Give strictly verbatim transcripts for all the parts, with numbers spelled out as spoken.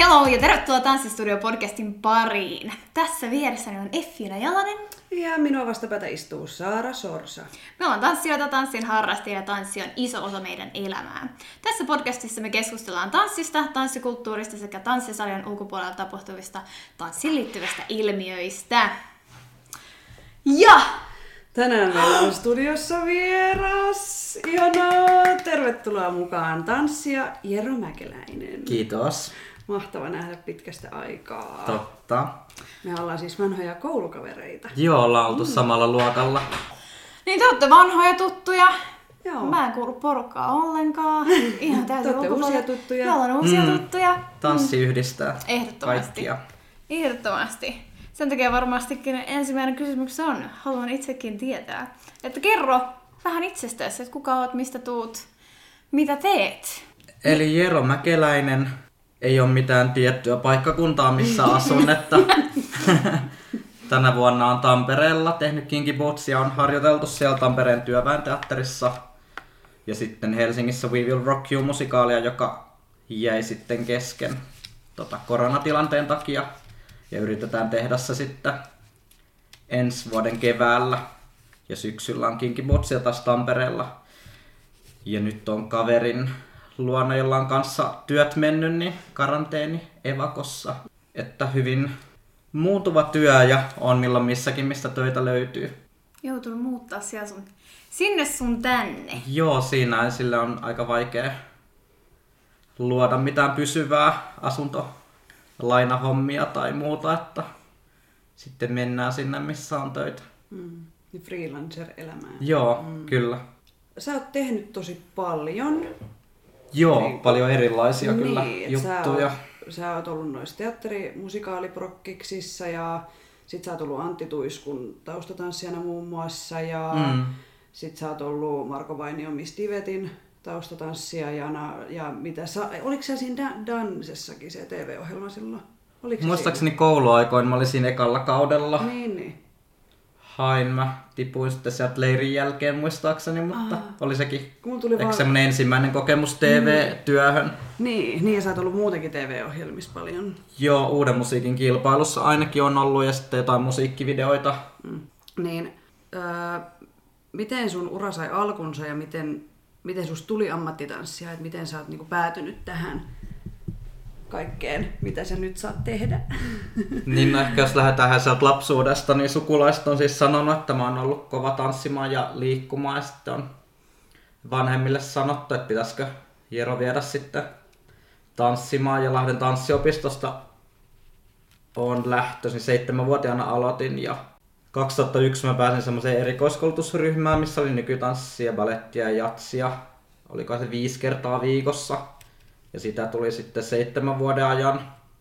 Hello ja tervetuloa Tanssistudio-podcastin pariin. Tässä vieressäni on Effiina Jalanen. Ja minua vastapäätä istuu Saara Sorsa. Me ollaan tanssijoita, tanssin harrastajia ja tanssi on iso osa meidän elämää. Tässä podcastissa me keskustellaan tanssista, tanssikulttuurista sekä tanssisalien ulkopuolella tapahtuvista tanssiin liittyvistä ilmiöistä. Ja tänään meillä on studiossa vieras. Ihanaa! Tervetuloa mukaan tanssija Jero Mäkeläinen. Kiitos. Mahtava nähdä pitkästä aikaa. Totta. Me ollaan siis vanhoja koulukavereita. Joo, ollaan oltu mm. samalla luokalla. Niin te olette vanhoja tuttuja. Joo. Mä en kuulu porukkaa ollenkaan. Ihan täysin te olette uusia tuttuja. Me ollaan uusia Mm. tuttuja. Tanssi yhdistää Ehdottomasti. kaikkia. Ehdottomasti. Sen takia varmastikin ensimmäinen kysymys on, haluan itsekin tietää, että kerro vähän itsestäsi, että kuka oot, mistä tuut, mitä teet. Eli Jero Mäkeläinen, ei ole mitään tiettyä paikkakuntaa, missä asun, että tänä vuonna on Tampereella tehnyt Kinky Bootsia, on harjoiteltu siellä Tampereen työväen teatterissa. Ja sitten Helsingissä We Will Rock You-musikaalia, joka jäi sitten kesken tota, koronatilanteen takia. Ja yritetään tehdä se sitten ensi vuoden keväällä. Ja syksyllä on Kinky Bootsia taas Tampereella. Ja nyt on kaverin luona, jolla on kanssa työt mennyt, niin karanteeni evakossa. Että hyvin muuntuva työ ja on milloin missäkin, mistä töitä löytyy. Joutunut muuttaa siellä sun, sinne sun tänne. Joo, siinä sille on aika vaikea luoda mitään pysyvää asuntolainahommia tai muuta, että sitten mennään sinne, missä on töitä. Mm. Freelancer-elämää. Joo, mm. kyllä. Sä oot tehnyt tosi paljon. Joo, niin, paljon erilaisia niin, kyllä juttuja. Sä oot, sä oot ollut noissa teatterimusikaaliprokkiksissa ja sit sä oot ollut Antti Tuiskun taustatanssijana muun muassa ja Mm. sit sä oot ollut Marko Vainion Miss Divetin taustatanssijana ja mitä sä, oliko sä siinä Dan- Dansessakin se T V-ohjelma silloin? Oliko se Muistaakseni kouluaikoin mä olin siinä ekalla kaudella. siinä? Niin, niin. Hain mä, tipuin sitten sieltä leirin jälkeen muistaakseni, mutta Aa. oli sekin Kun mulla tuli ehkä vaan... semmonen ensimmäinen kokemus T V-työhön. Niin, niin ja sä oot ollut muutenkin T V-ohjelmissa paljon. Joo, uuden musiikin kilpailussa ainakin on ollut ja sitten jotain musiikkivideoita. Mm. Niin, öö, miten sun ura sai alkunsa ja miten, miten susta tuli ammattitanssia, että miten sä oot niinku päätynyt tähän kaikkeen, mitä sä nyt saat tehdä? Niin no ehkä jos lähdetään sieltä lapsuudesta, niin sukulaiset on siis sanonut, että mä oon ollut kova tanssimaan ja liikkumaan. Ja sitten on vanhemmille sanottu, että pitäisikö Jero viedä sitten tanssimaan. Ja Lahden tanssiopistosta on lähtöisin, seitsemänvuotiaana aloitin. Ja kaksituhattayksi mä pääsin semmoiseen erikoiskoulutusryhmään, missä oli nykytanssia, balettia ja jatsia. Oliko se viisi kertaa viikossa. Ja sitä tuli sitten seitsemän vuoden ajan.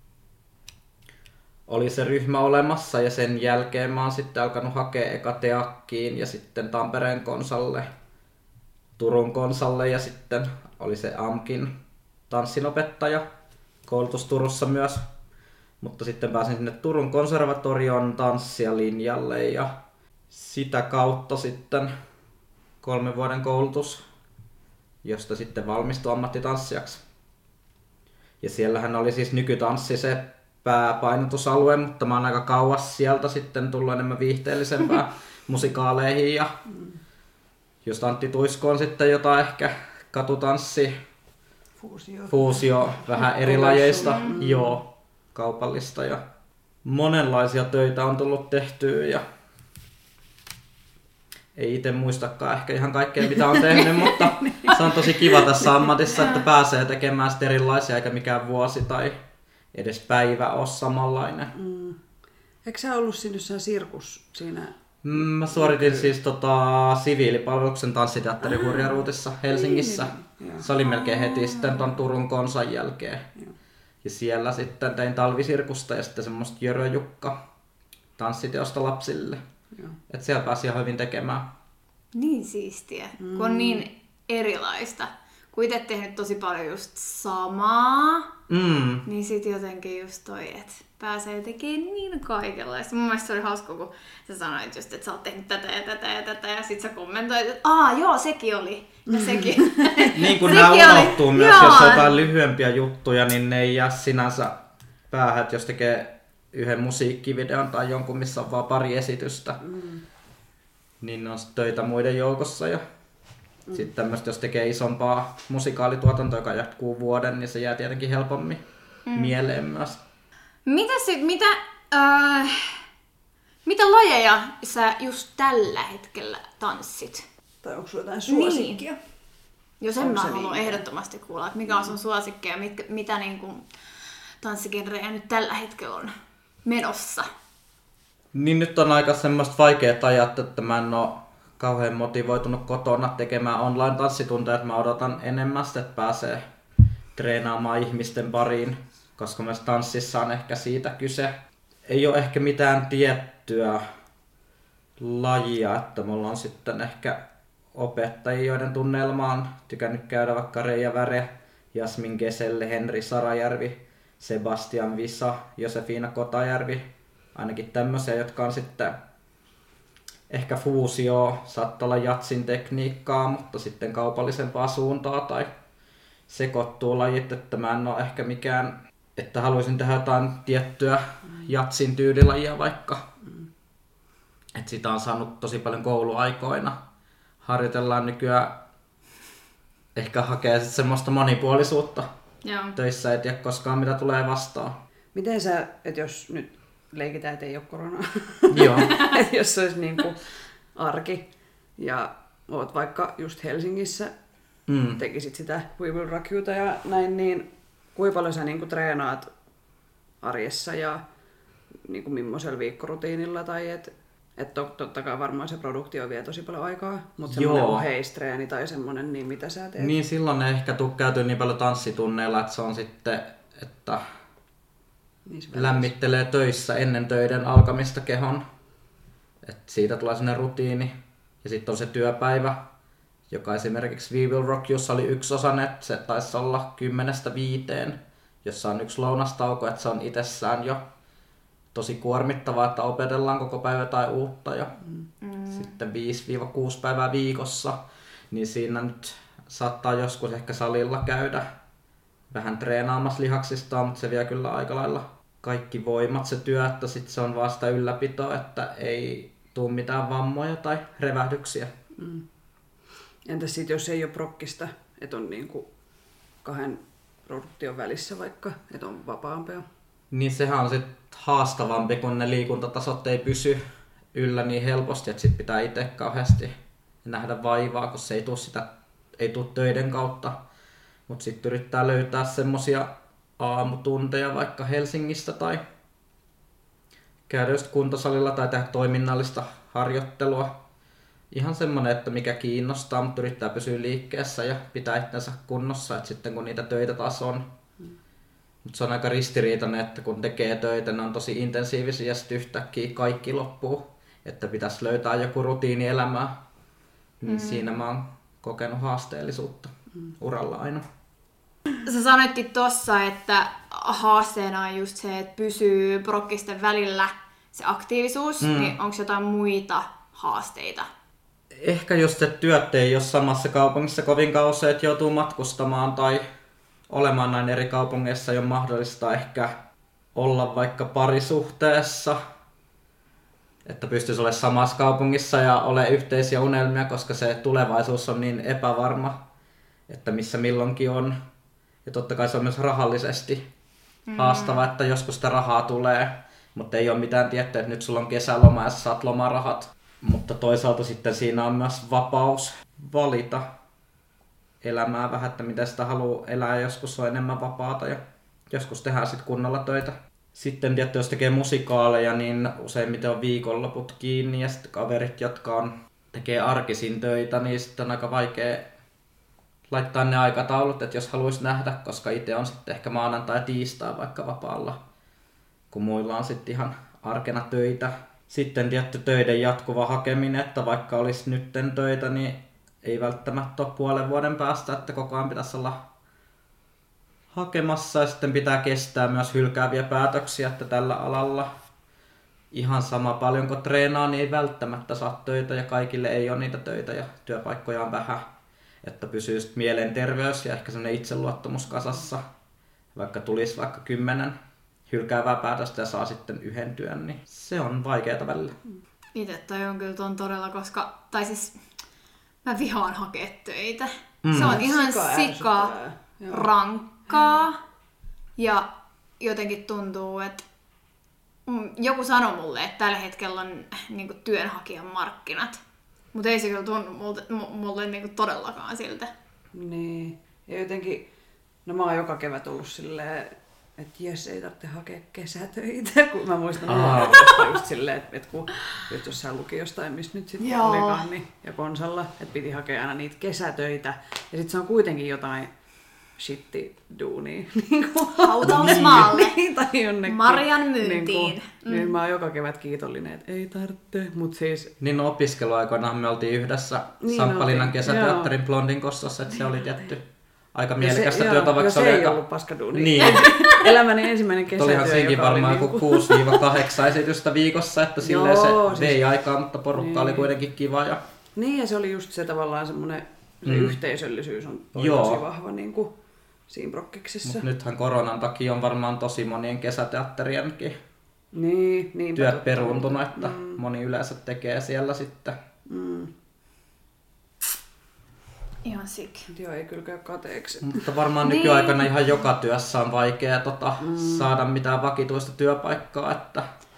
Oli se ryhmä olemassa ja sen jälkeen mä oon sitten alkanut hakea eka Teakkiin ja sitten Tampereen konsalle, Turun konsalle ja sitten oli se A M K:n tanssinopettaja, koulutus Turussa myös. Mutta sitten pääsin sinne Turun konservatorion tanssijalinjalle ja sitä kautta sitten kolmen vuoden koulutus, josta sitten valmistui ammattitanssijaksi. Ja siellähän oli siis nykytanssi se pääpainotusalue, mutta mä oon aika kauas sieltä sitten tullut enemmän viihteellisempää musikaaleihin. Ja just Antti Tuisku on sitten jotain ehkä katutanssi, Fuusio. fuusio, vähän eri lajeista, mm. joo, kaupallista ja monenlaisia töitä on tullut tehtyä. Ja ei itse muistakaan ehkä ihan kaikkea mitä on tehnyt, mutta se on tosi kiva tässä ammatissa, että pääsee tekemään sitten erilaisia eikä mikään vuosi tai edes päivä ole samanlainen. Mm. Eikö sä ollut siinä jossain sirkus siinä? Mä suoritin siis tota, siviilipalveluksen tanssiteatteri Hurjaruutissa Helsingissä. Niin, niin, se oli melkein heti sitten ton Turun konsan jälkeen. Joo. Ja siellä sitten tein talvisirkusta ja sitten semmoista Jörö Jukka tanssiteosta lapsille. Joo. Että siellä pääsi ihan hyvin tekemään. Niin siistiä, mm. kun on niin erilaista. Kun itse tehnyt tosi paljon just samaa, Mm. niin sit jotenkin just toi, että pääsee tekemään niin kaikenlaista. Mun mielestä se oli hauska, kun sä sanoit just, että sä oot tehnyt tätä ja tätä ja tätä, ja sit sä kommentoit, että aa joo, sekin oli, ja sekin. Niin kuin sekin nämä unohtuu oli. myös, Joo. jos on jotain lyhyempiä juttuja, niin ne ei jää sinänsä päähän, että jos tekee yhden musiikkivideon tai jonkun, missä on vaan pari esitystä, mm. niin ne on töitä muiden joukossa. Ja mm. sitten tämmöistä, jos tekee isompaa musikaalituotantoa, joka jatkuu vuoden, niin se jää tietenkin helpommin mm. mieleen myös. Mitä, sit, mitä, äh, mitä lajeja sä just tällä hetkellä tanssit? Tai onko sulla jotain suosikkia? Niin. Jos en mä halua niin? ehdottomasti kuulla, että mikä on sun suosikki ja mit, mitä niin kuin tanssigenrejä nyt tällä hetkellä on menossa. Niin nyt on aika semmoista vaikeaa ajat, että mä en oo kauhean motivoitunut kotona tekemään online-tanssitunteja, että mä odotan enemmän sitä, että pääsee treenaamaan ihmisten pariin, koska myös tanssissa on ehkä siitä kyse. Ei ole ehkä mitään tiettyä lajia, että mulla on sitten ehkä opettajia, joiden tunnelma on tykännyt käydä vaikka Reija Väre, Jasmin Keselle, Henri Sarajärvi, Sebastian Visa, Josefina Kotajärvi. Ainakin tämmöisiä, jotka on sitten ehkä fuusio, saattaa olla jatsin tekniikkaa, mutta sitten kaupallisempaa suuntaa tai sekoittuu lajit, että mä en ole ehkä mikään, että haluaisin tehdä jotain tiettyä jatsin tyylilajia vaikka. Että sitä on saanut tosi paljon kouluaikoina. Harjoitellaan nykyään, ehkä hakee sitten semmoista monipuolisuutta Joo. töissä, et tiedä koskaan mitä tulee vastaan. Miten sä, että jos nyt leikitään, että ei ole koronaa, Joo. että jos se olisi niin kuin arki ja oot vaikka just Helsingissä, mm. tekisit sitä We Will Rock Youta ja näin, niin kuinka paljon sä niin kuin treenaat arjessa ja niin kuin millaisella viikkorutiinilla tai et, et to, totta kai varmaan se produktio vie tosi paljon aikaa, mutta semmoinen oheistreeni tai semmoinen, niin mitä sä teet? Niin silloin ei ehkä tule käytyä niin paljon tanssitunneilla, että se on sitten, että niin lämmittelee töissä ennen töiden alkamista kehon. Et siitä tulee sellainen rutiini. Ja sitten on se työpäivä, joka esimerkiksi We Will Rock Youssa oli yksi osainen, että se taisi olla kymmenestä viiteen, jossa on yksi lounastauko, että se on itsessään jo tosi kuormittavaa, että opetellaan koko päivä tai uutta ja mm. sitten viisi kuusi päivää viikossa, niin siinä nyt saattaa joskus ehkä salilla käydä vähän treenaamassa lihaksistaan, mutta se vie kyllä aika lailla kaikki voimat se työ, että sitten se on vaan sitä ylläpitoa, että ei tule mitään vammoja tai revähdyksiä. Mm. Entäs sitten jos ei ole prokkista, että on niinku kahden produktion välissä vaikka, että on vapaampia? Niin sehän on sitten haastavampi, kun ne liikuntatasot ei pysy yllä niin helposti, että sit pitää itse kauheasti nähdä vaivaa, kun se ei tule sitä, ei tule töiden kautta. Mutta sitten yrittää löytää semmosia aamutunteja vaikka Helsingistä tai käydä just kuntosalilla tai tehdä toiminnallista harjoittelua. Ihan semmonen, että mikä kiinnostaa, mutta yrittää pysyä liikkeessä ja pitää itsensä kunnossa, että sitten kun niitä töitä taas on. Mutta se on aika ristiriitainen, että kun tekee töitä, ne on tosi intensiivisiä ja sitten yhtäkkiä kaikki loppuu. Että pitäisi löytää joku rutiini elämää. Niin mm. siinä mä oon kokenut haasteellisuutta mm. uralla aina. Sä sanoitkin tossa, että haasteena on just se, että pysyy prokkisten välillä se aktiivisuus. Mm. Niin onko jotain muita haasteita? Ehkä just, että työt ei ole samassa kaupungissa kovinkaan usein, että joutuu matkustamaan tai olemaan näin eri kaupungeissa ei ole mahdollista ehkä olla vaikka parisuhteessa, että pystyisi olemaan samassa kaupungissa ja ole yhteisiä unelmia, koska se tulevaisuus on niin epävarma, että missä milloinkin on. Ja totta kai se on myös rahallisesti mm. haastava, että joskus sitä rahaa tulee, mutta ei ole mitään tiettyä, että nyt sulla on kesäloma ja sä saat lomarahat. Mutta toisaalta sitten siinä on myös vapaus valita elämää vähän, että miten sitä haluaa elää, joskus on enemmän vapaata ja joskus tehdään sitten kunnolla töitä. Sitten tietysti jos tekee musikaaleja, niin useimmiten on viikonloput kiinni ja sitten kaverit, jotka on, tekee arkisin töitä, niin sitten on aika vaikea laittaa ne aikataulut, että jos haluaisi nähdä, koska itse on sitten ehkä maanantai ja tiistai vaikka vapaalla, kun muilla on sitten ihan arkena töitä. Sitten tietty töiden jatkuva hakeminen, että vaikka olisi nytten töitä, niin ei välttämättä ole puolen vuoden päästä, että koko ajan pitäisi olla hakemassa ja sitten pitää kestää myös hylkääviä päätöksiä, että tällä alalla ihan sama paljonko treenaa, niin ei välttämättä saa töitä ja kaikille ei ole niitä töitä ja työpaikkoja on vähän, että pysyy sitten mielenterveys ja ehkä sellainen itseluottamus kasassa, vaikka tulisi vaikka kymmenen hylkäävää päätöstä ja saa sitten yhdentyä, niin se on vaikeaa välillä. Itse toi on kyllä ton todella, koska, tai siis mä vihaan hakea töitä. Mm. Se on ihan Sika sika ärsyttävää. Joo. rankkaa ja jotenkin tuntuu, että mm, joku sanoi mulle, että tällä hetkellä on niin kuin, työnhakijan markkinat, mutta ei se kyllä tunnu mulle, mulle niin kuin, todellakaan siltä. Niin. Ja jotenkin, no mä oon joka kevät ollut silleen, että jes, ei tarvitse hakea kesätöitä, kun mä muistan nuoruudesta just silleen, että, että kun just jossain luki jostain, missä nyt sitten Joo. olikaan, niin, ja konsalla, että piti hakea aina niitä kesätöitä, ja sitten se on kuitenkin jotain shitti-duunia. Niin Hautausmaalle. tai jonnekin. Marjan myyntiin. Niin, Mm. niin mä oon joka kevät kiitollinen, että ei tarvitse, mutta siis... Niin no, opiskeluaikoinaan me oltiin yhdessä Niin Samppalinnan oltiin, kesäteatterin Blondin kossossa, että se oli tietty aika Ja mielekästä se, työtä, joo, vaikka jo se se oli ei aika... ollut paskaduunia. Niin. Elämäni ensimmäinen kesätyö, Olihan siinkin joka oli varmaan niinku... joku kuusi kahdeksan esitystä viikossa, että silleen Joo, se siis- vei aikaa, mutta porukka niin. oli kuitenkin kiva. Ja... Niin, ja se oli just se tavallaan semmoinen, se Mm. yhteisöllisyys on toi Joo. tosi vahva niin kuin siinä prokkiksessa. Mutta nythän koronan takia on varmaan tosi monien kesäteatterienkin Niin, niinpä työt totta. peruuntunut, että Mm. moni yleensä tekee siellä sitten. Mm. Ihan sik. Mut Joo, ei kyllä käy kateeksi. Mutta varmaan Niin. nykyaikana ihan joka työssä on vaikea tota, mm. saada mitään vakituista työpaikkaa, että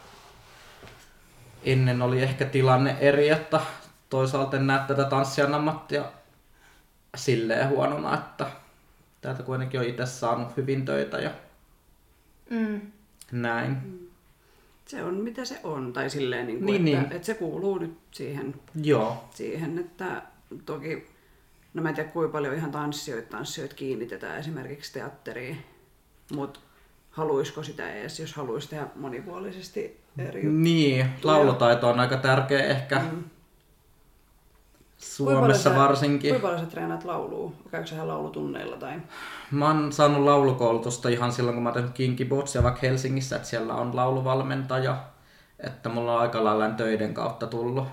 ennen oli ehkä tilanne eri, että toisaalta en näe tätä tanssijan ammattia silleen huonona, että täältä kuitenkin on itse saanut hyvin töitä ja Mm. näin. Se on mitä se on, tai silleen, niin kuin, Niin, että, niin. että se kuuluu nyt siihen, Joo. siihen, että toki, no mä en tiedä kuinka paljon ihan tanssijoita, tanssijoita kiinnitetään esimerkiksi teatteriin, mutta haluaisiko sitä edes, jos haluaisi tehdä monipuolisesti eri juttuja? Niin, laulutaito on aika tärkeä ehkä Mm. Suomessa Kuinka paljon sä- varsinkin. Kuinka paljon sä treenaat laulua? Käykö sä laulutunneilla tai? Mä oon saanut laulukoulutusta ihan silloin, kun mä oon tehnyt Kinky Bootsia vaikka Helsingissä, että siellä on lauluvalmentaja. Että mulla on aika lailla töiden kautta tullut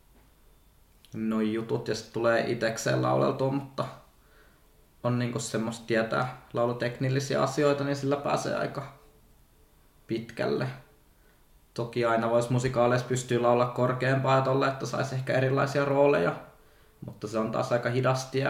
noi jutut ja sitten tulee itekseen lauleltua, mutta on niinku semmoista tietää lauluteknillisiä asioita, niin sillä pääsee aika pitkälle. Toki aina voisi musikaaleissa pystyä laulaa korkeampaa ja tolle, että saisi ehkä erilaisia rooleja, mutta se on taas aika hidastia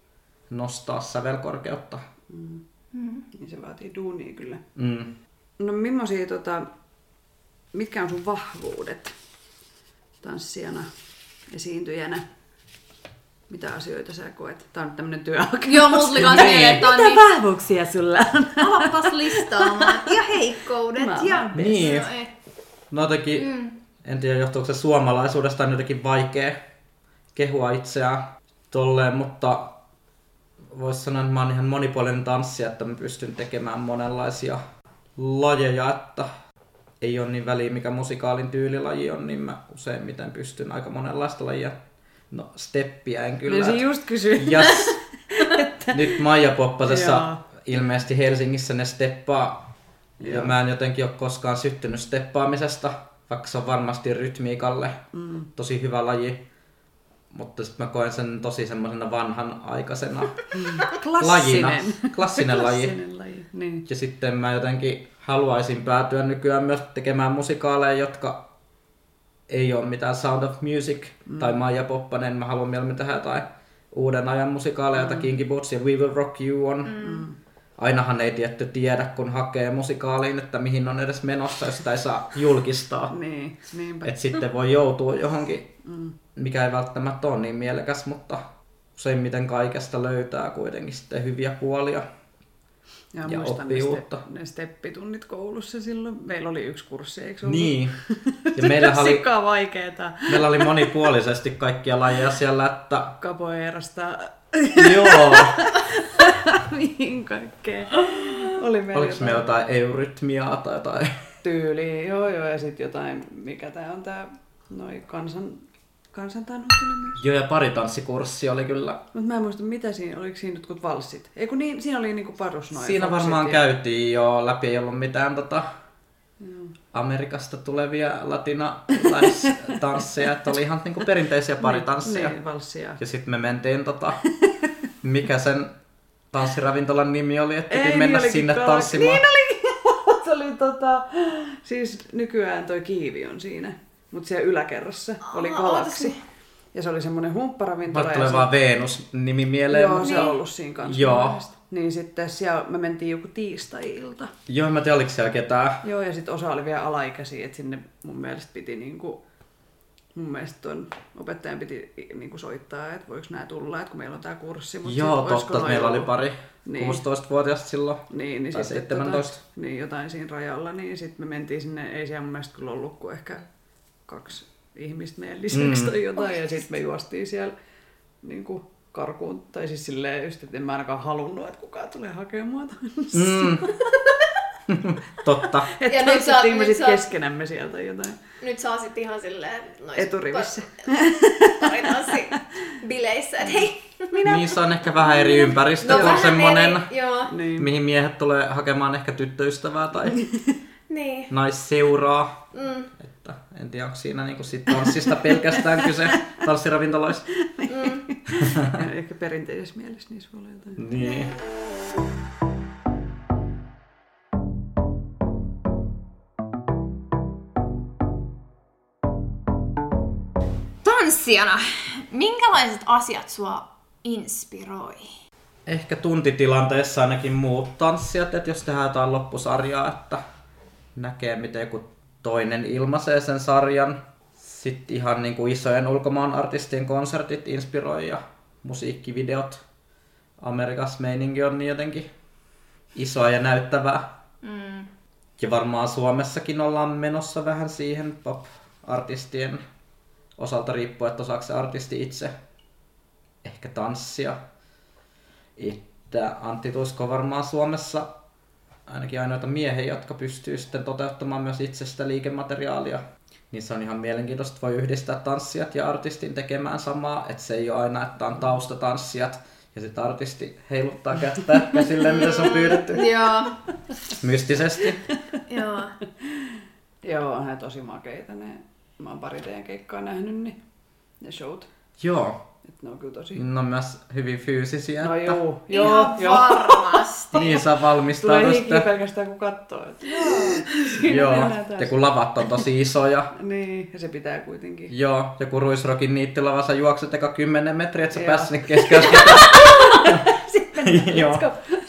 nostaa sävelkorkeutta. Mm. Mm. Niin se vaatii duunia kyllä. Mm. No millaisia, tota, mitkä on sun vahvuudet tanssijana, esiintyjänä? Mitä asioita sä koet? Tää on nyt tämmönen työhakemus. Joo, mulla tuli kans mieleen, että on Mitä niin... vahvuuksia sulla on? Alapas listaamaan. Ja heikkoudet. Mä Ja... oon Niin. No, ei. No jotenkin, Mm. en tiedä johtuuko se suomalaisuudesta, on jotenkin vaikea kehua itseään tolleen, mutta voisi sanoa, että mä oon ihan monipuolinen tanssija, että mä pystyn tekemään monenlaisia lajeja, että ei ole niin väliä mikä musikaalin tyylilaji on, niin mä useimmiten pystyn aika monenlaista lajia. No steppiä en kyllä. Kyllä just kysyä. Jas. Nyt Maija Poppasessa Joo. ilmeisesti Helsingissä ne steppaa. Ja Joo. mä en jotenkin ole koskaan syttynyt steppaamisesta, vaikka se on varmasti rytmiikalle Mm. tosi hyvä laji. Mutta sitten mä koen sen tosi semmosena vanhanaikaisena lajina. Klassinen. Klassinen laji. Klassinen laji. Niin. Ja sitten mä jotenkin haluaisin päätyä nykyään myös tekemään musikaaleja, jotka ei ole mitään Sound of Music mm. tai Maija Poppanen. Mä haluan mieluummin tehdä jotain uuden ajan musikaaleja, joita mm. Kinky Boots ja We Will Rock You on. Mm. Ainahan ei tietty tiedä, kun hakee musikaaliin, että mihin on edes menossa, jos sitä ei saa julkistaa. Niin, niinpä. Et sitten voi joutua johonkin, Mm. mikä ei välttämättä ole niin mielekäs, mutta useimmiten kaikesta löytää kuitenkin sitten hyviä puolia. Ja, Ja muistan oppii ne, uutta. ste- ne steppitunnit koulussa silloin. Meillä oli yksi kurssi, eikö se ollut? Niin. Ja meillä oli, Sikaa vaikeeta. meillä oli monipuolisesti kaikkia lajeja siellä, että Capoeirasta joo, mihin kaikkeen. Oli meillä oliko meillä jotain eurytmiaa tai jotain. tyyliä. Joo, joo, ja sitten jotain, mikä tää on tää, noi kansan, kansantanhutinen myös. Joo, ja pari tanssikurssi oli kyllä. Mut mä en muista, mitä siinä, oliko siinä jotkut valssit? Ei kun niin, siinä oli niinku parus noin. Siinä valssit varmaan ja- käytiin jo läpi, ei ollut mitään tota, Joo. Amerikasta tulevia latinalaistansseja, että oli ihan niinku perinteisiä paritansseja. Niin, valssia. Ja sitten me mentiin, tota, mikä sen tanssiravintolan nimi oli, että piti Ei, mennä niin olikin sinne kala- tanssimaan. Niin oli! se oli tota, siis nykyään toi Kiivi on siinä, mutta siellä yläkerrassa oli Galaksi. Ja se oli semmoinen humpparavintola. Mulle tulee vaan Venus-nimi mieleen. Joo, se on ollut siinä kanssa. Joo. Niin sitten siellä me mentiin joku tiistai-ilta. Joo, en mä tiedä, oliko siellä ketään. Joo, ja sitten osa oli vielä alaikäisiä, että sinne mun mielestä piti niinku, mun mielestä ton opettajan piti niinku soittaa, että voiko nää tulla, että kun meillä on tää kurssi. Mut Joo, sit, totta, että meillä oli pari niin. kuusitoistavuotiaista silloin. Niin, niin tai sitten seitsemäntoista. Tota, niin jotain siinä rajalla, niin sitten me mentiin sinne, ei siellä mun mielestä kyllä ollut kuin ehkä kaksi ihmistä meidän lisäksi mm. tai jotain, ja sitten me juostiin siellä niinku karkuun, tai siis silleen just, että en mä ainakaan halunnut, että kukaan tulee hakemaan mm. Totta. Että tanssittiin me sitten keskenämme sieltä jotain. Nyt saa sitten ihan silleen noissa eturivissä. Paritanssi-bileissä, että hei, minä... Niissä on ehkä vähän eri ympäristö no, kuin semmonen, niin. mihin miehet tulee hakemaan ehkä tyttöystävää tai niin. naisseuraa. Mm. Että en tiedä, onko siinä niinku sit tanssista pelkästään kyse tanssiravintoloissa. Mm. Ehkä perinteisessä mielessä niissä voi olla jotain. Niin. Tanssijana, minkälaiset asiat sua inspiroi? Ehkä tuntitilanteessa ainakin muut tanssijat, että jos tehdään jotain loppusarjaa, että näkee miten joku toinen ilmaisee sen sarjan. Sitten ihan niin kuin isojen ulkomaan artistien konsertit inspiroi ja musiikkivideot. Amerikassa meininki on niin jotenkin isoa ja näyttävää. Mm. Ja varmaan Suomessakin ollaan menossa vähän siihen pop-artistien osalta riippuen, että osaako se artisti itse ehkä tanssia. Että Antti Tuisko varmaan Suomessa ainakin ainoita miehiä, jotka pystyy sitten toteuttamaan myös itsestä liikemateriaalia. Niin se on ihan mielenkiintoista, että voi yhdistää tanssijat ja artistin tekemään samaa. Että se ei ole aina, että on taustatanssijat ja sitten artisti heiluttaa kättä käsille, mitä se on pyydetty. Joo. Mystisesti. Joo. Joo, on ne tosi makeita. Ne, mä oon pari teidän keikkaa nähnyt, niin ne showt. Joo. Et ne on kyllä tosi... Ne on myös hyvin fyysisiä. No että... joo, Ihan joo, joo. varmasti. Niin saa valmistaa. Tulee hiki pelkästään kun katsoo. Että... Joo, ja kun lavat on tosi isoja. Niin, ja se pitää kuitenkin. Joo, ja kun Ruisrokin niittilavassa juokset eka kymmenen metriä, että sä pääsit sinne keskellä. Sitten mennään, Joo.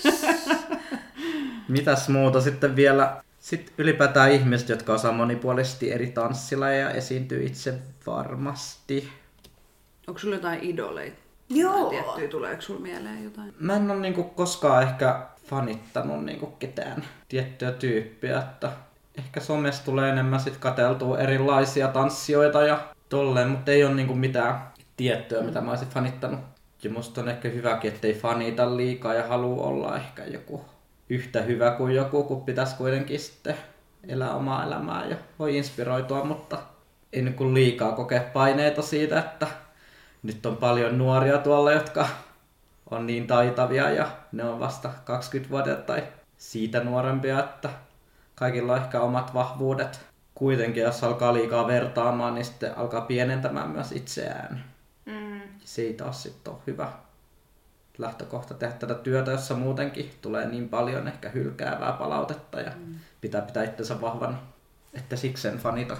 Mitäs muuta sitten vielä? Sitten ylipäätään ihmiset, jotka osaa monipuolisesti eri tanssilajeja, esiintyy itse varmasti. Onko sulla jotain idoleita? Joo. Tiettyjä, tuleeko sulla mieleen jotain? Mä en ole niinku koskaan ehkä fanittanut niinku ketään tiettyä tyyppiä, että ehkä somessa tulee enemmän sit katseltua erilaisia tanssijoita ja tolleen, mutta ei ole niinku mitään tiettyä, mitä mä olisin fanittanut. Ja musta on ehkä hyväkin, ettei fanita liikaa ja halua olla ehkä joku yhtä hyvä kuin joku, kun pitäisi kuitenkin sitten elää omaa elämää ja voi inspiroitua, mutta ei niinku liikaa kokea paineita siitä, että nyt on paljon nuoria tuolla, jotka on niin taitavia ja ne on vasta kaksikymmentävuotiaita tai siitä nuorempia, että kaikilla on ehkä omat vahvuudet. Kuitenkin jos alkaa liikaa vertaamaan, niin sitten alkaa pienentämään myös itseään. Mm. Se ei taas sitten ole hyvä lähtökohta tehdä tätä työtä, jossa muutenkin tulee niin paljon ehkä hylkäävää palautetta ja mm. pitää pitää itsensä vahvana, että siksi sen fanita.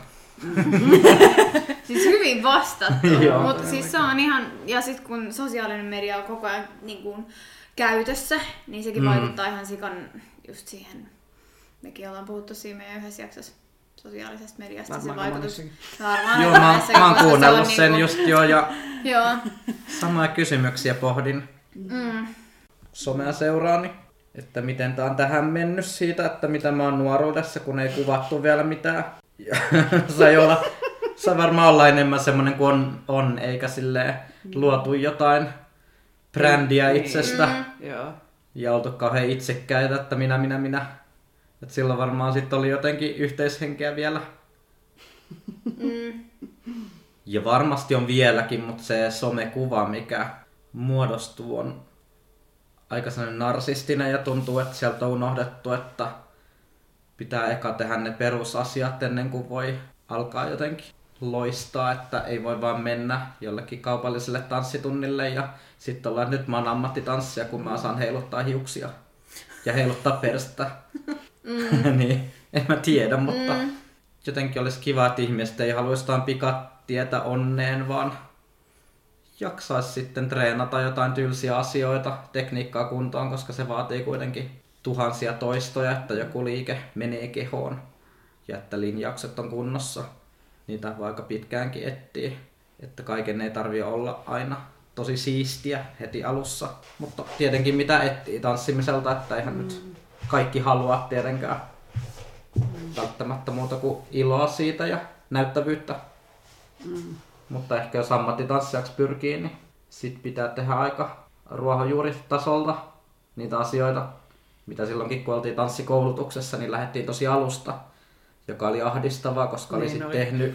Siis hyvin vastattu, Joo. mutta siis se on ihan, ja sitten kun sosiaalinen media on koko ajan niin kuin käytössä, niin sekin mm. vaikuttaa ihan sikan just siihen, mekin ollaan puhuttu siinä meidän yhdessä jaksossa sosiaalisesta mediasta. Varmaan se vaikutus. Varmaan joo, mä, mä oon kuunnellut sen niinku... just jo ja joo. samoja kysymyksiä pohdin mm. somea seuraani, että miten tää on tähän mennyt siitä, että mitä mä oon nuoruudessa, kun ei kuvattu vielä mitään. Ja sai olla, sai varmaan olla enemmän semmonen kuin on, on eikä silleen luotu jotain brändiä itsestä. Mm. Joo. Ja oltu kauhean itsekkäitä, että minä, minä, minä. Et silloin varmaan sit oli jotenkin yhteishenkeä vielä. Mm. Ja varmasti on vieläkin, mutta se somekuva, mikä muodostuu, on aika sellainen narsistinen ja tuntuu, että sieltä on unohdettu, että pitää eka tehdä ne perusasiat ennen kuin voi alkaa jotenkin loistaa, että ei voi vaan mennä jollekin kaupalliselle tanssitunnille ja sitten ollaan, että nyt mä oon ammattitanssija, kun mä osaan heiluttaa hiuksia ja heiluttaa perstä. Mm. niin, en mä tiedä, mutta mm. jotenkin olisi kiva, että ihmiset ei halua jostain pikatietä onneen, vaan jaksaisi sitten treenata jotain tylsiä asioita, tekniikkaa kuntoon, koska se vaatii kuitenkin tuhansia toistoja, että joku liike menee kehoon ja että linjaukset on kunnossa. Niitä voi aika pitkäänkin etsiä, että kaiken ei tarvitse olla aina tosi siistiä heti alussa. Mutta tietenkin mitä etsii tanssimiselta, että eihän mm. nyt kaikki halua tietenkään mm. välttämättä muuta kuin iloa siitä ja näyttävyyttä. Mm. Mutta ehkä jos ammattitanssijaksi pyrkii, niin sit pitää tehdä aika ruohonjuuritasolta niitä asioita, mitä silloinkin kun oltiin tanssikoulutuksessa, niin lähdettiin tosi alusta, joka oli ahdistavaa, koska niin oli sitten tehnyt...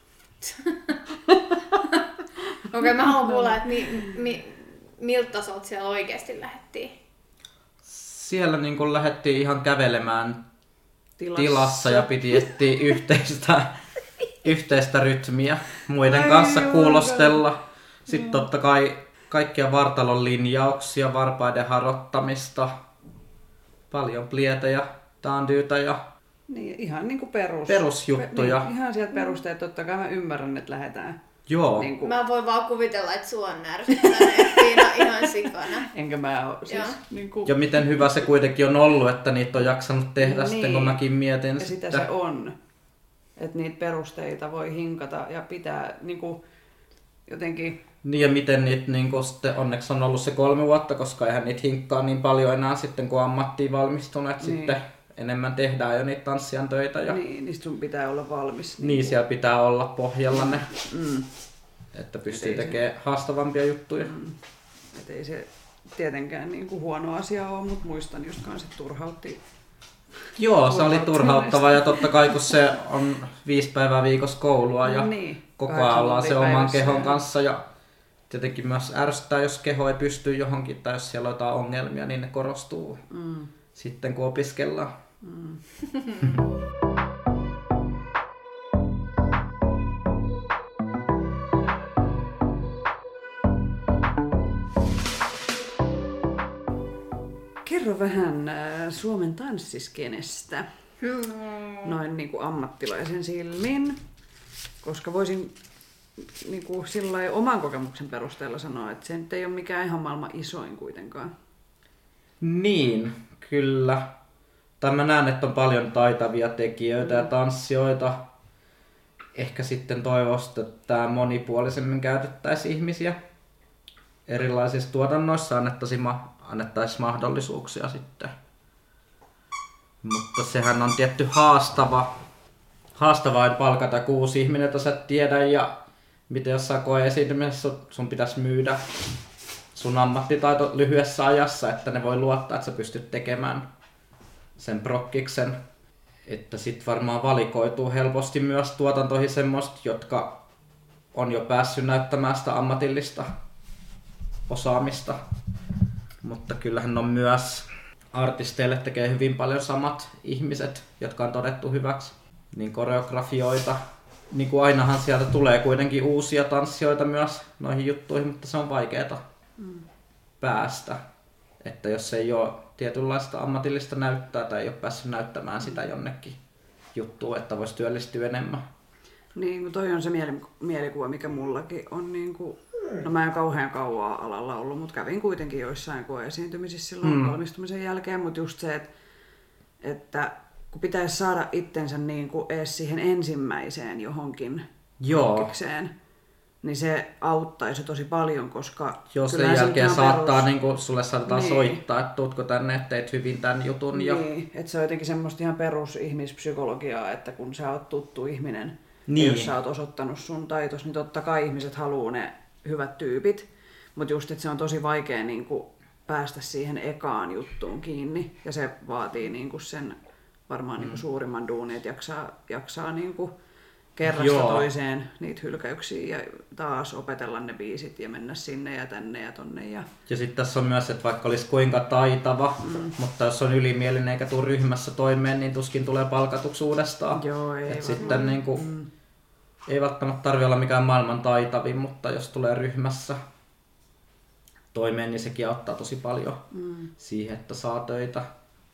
Okei, okay, mä haluan kuulla, että mi, mi, miltä tasolta siellä oikeasti lähdettiin? Siellä niin kun lähdettiin ihan kävelemään tilassa, tilassa ja piti etsiä yhteistä, yhteistä rytmiä muiden Ai kanssa joo, kuulostella. Sitten joo. totta kai kaikkia vartalon linjauksia, varpaiden harottamista, paljon plietejä, taandyytä ja niin, ihan niin kuin perus. perusjuttuja. Niin, ihan sieltä perusteet, totta kai mä ymmärrän, että lähdetään. Joo. Niin kuin... Mä voin vaan kuvitella, että sua on närsyttänyt Tiina ihan sikana. Enkä mä oo siis. Niin kuin... Ja miten hyvä se kuitenkin on ollut, että niitä on jaksanut tehdä niin. sitten, kun mäkin mietin. Ja sitä se on. Että niitä perusteita voi hinkata ja pitää niin kuin, jotenkin... Niin ja miten niitä niin kuin, sitten, onneksi on ollut se kolme vuotta, koska eihän niitä hinkkaa niin paljon enää sitten, kun ammattiin valmistuneet niin. sitten. Enemmän tehdään jo niitä tanssijan töitä. Ja... Niin, niin sun pitää olla valmis. Niin, niin siellä pitää olla pohjalla ne, mm. että pystyy tekemään se... haastavampia juttuja. Mm. Et ei se tietenkään niin kuin huono asia ole, mutta muistan just kanssa, että turhautti. Joo, se oli turhauttava ja totta kai kun se on viisi päivää viikossa koulua ja niin, koko ajan ollaan se oman kehon kanssa ja tietenkin myös ärsyttää, jos keho ei pysty johonkin tai jos siellä on jotain ongelmia, niin ne korostuu mm. sitten kun opiskellaan. Mm. Kerro vähän Suomen tanssiskenestä hmm. noin niin kuin ammattilaisen silmin, koska voisin niin kuin sillai oman kokemuksen perusteella sanoa, että se nyt ei ole mikään ihan maailman isoin kuitenkaan. Niin, kyllä. Tai mä näen, että on paljon taitavia tekijöitä ja tanssijoita. Ehkä sitten toivoisi, että monipuolisemmin käytettäisiin ihmisiä. Erilaisissa tuotannoissa annettaisiin, ma- annettaisiin mahdollisuuksia sitten. Mutta sehän on tietty haastava. Haastavaa palkata kuusi ihminen, jota sä et tiedä. Ja miten jossain koe-esiintymisessä sun pitäisi myydä sun ammattitaito lyhyessä ajassa, että ne voi luottaa, että sä pystyt tekemään sen prokkiksen, että sit varmaan valikoituu helposti myös tuotantoihin semmoista, jotka on jo päässyt näyttämään sitä ammatillista osaamista. Mutta kyllähän on myös artisteille tekee hyvin paljon samat ihmiset, jotka on todettu hyväksi. Niin koreografioita. Niin kuin ainahan sieltä tulee kuitenkin uusia tanssijoita myös noihin juttuihin, mutta se on vaikeaa mm. päästä. Että jos ei ole tietynlaista ammatillista näyttöä tai ei ole päässyt näyttämään sitä jonnekin juttuun, että voisi työllistyä enemmän. Niin, toi on se mielikuva, mikä mullakin on. Niin kuin, no mä en kauhean kauan alalla ollut, mutta kävin kuitenkin joissain koe-esiintymisissä silloin mm. valmistumisen jälkeen. Mutta just se, että, että kun pitäisi saada itsensä niin kuin edes siihen ensimmäiseen johonkin kokkikseen, niin se auttaisi tosi paljon, koska... Joo, sen jälkeen saattaa, perus... niin kuin sulle saatetaan niin. soittaa, että tuutko tänne, että teit hyvin tämän jutun. Ja... Niin, että se on jotenkin semmoista ihan perusihmispsykologiaa, että kun sä oot tuttu ihminen, niin. ja jos sä oot osoittanut sun taitos, niin totta kai ihmiset haluaa ne hyvät tyypit. Mutta just, että se on tosi vaikea niin kuin päästä siihen ekaan juttuun kiinni, ja se vaatii niin kuin sen varmaan mm. niin kuin suurimman duunin, että jaksaa, jaksaa niin kuin kerrasta Joo. toiseen niitä hylkäyksiä ja taas opetella ne biisit ja mennä sinne ja tänne ja tonne. Ja, ja sitten tässä on myös, että vaikka olisi kuinka taitava, mm. mutta jos on ylimielinen eikä tule ryhmässä toimeen, niin tuskin tulee palkatuksi uudestaan. Joo, ei, sitten niin kuin, mm. ei välttämättä tarvitse olla mikään maailman taitavin, mutta jos tulee ryhmässä toimeen, niin sekin auttaa tosi paljon mm. siihen, että saa töitä.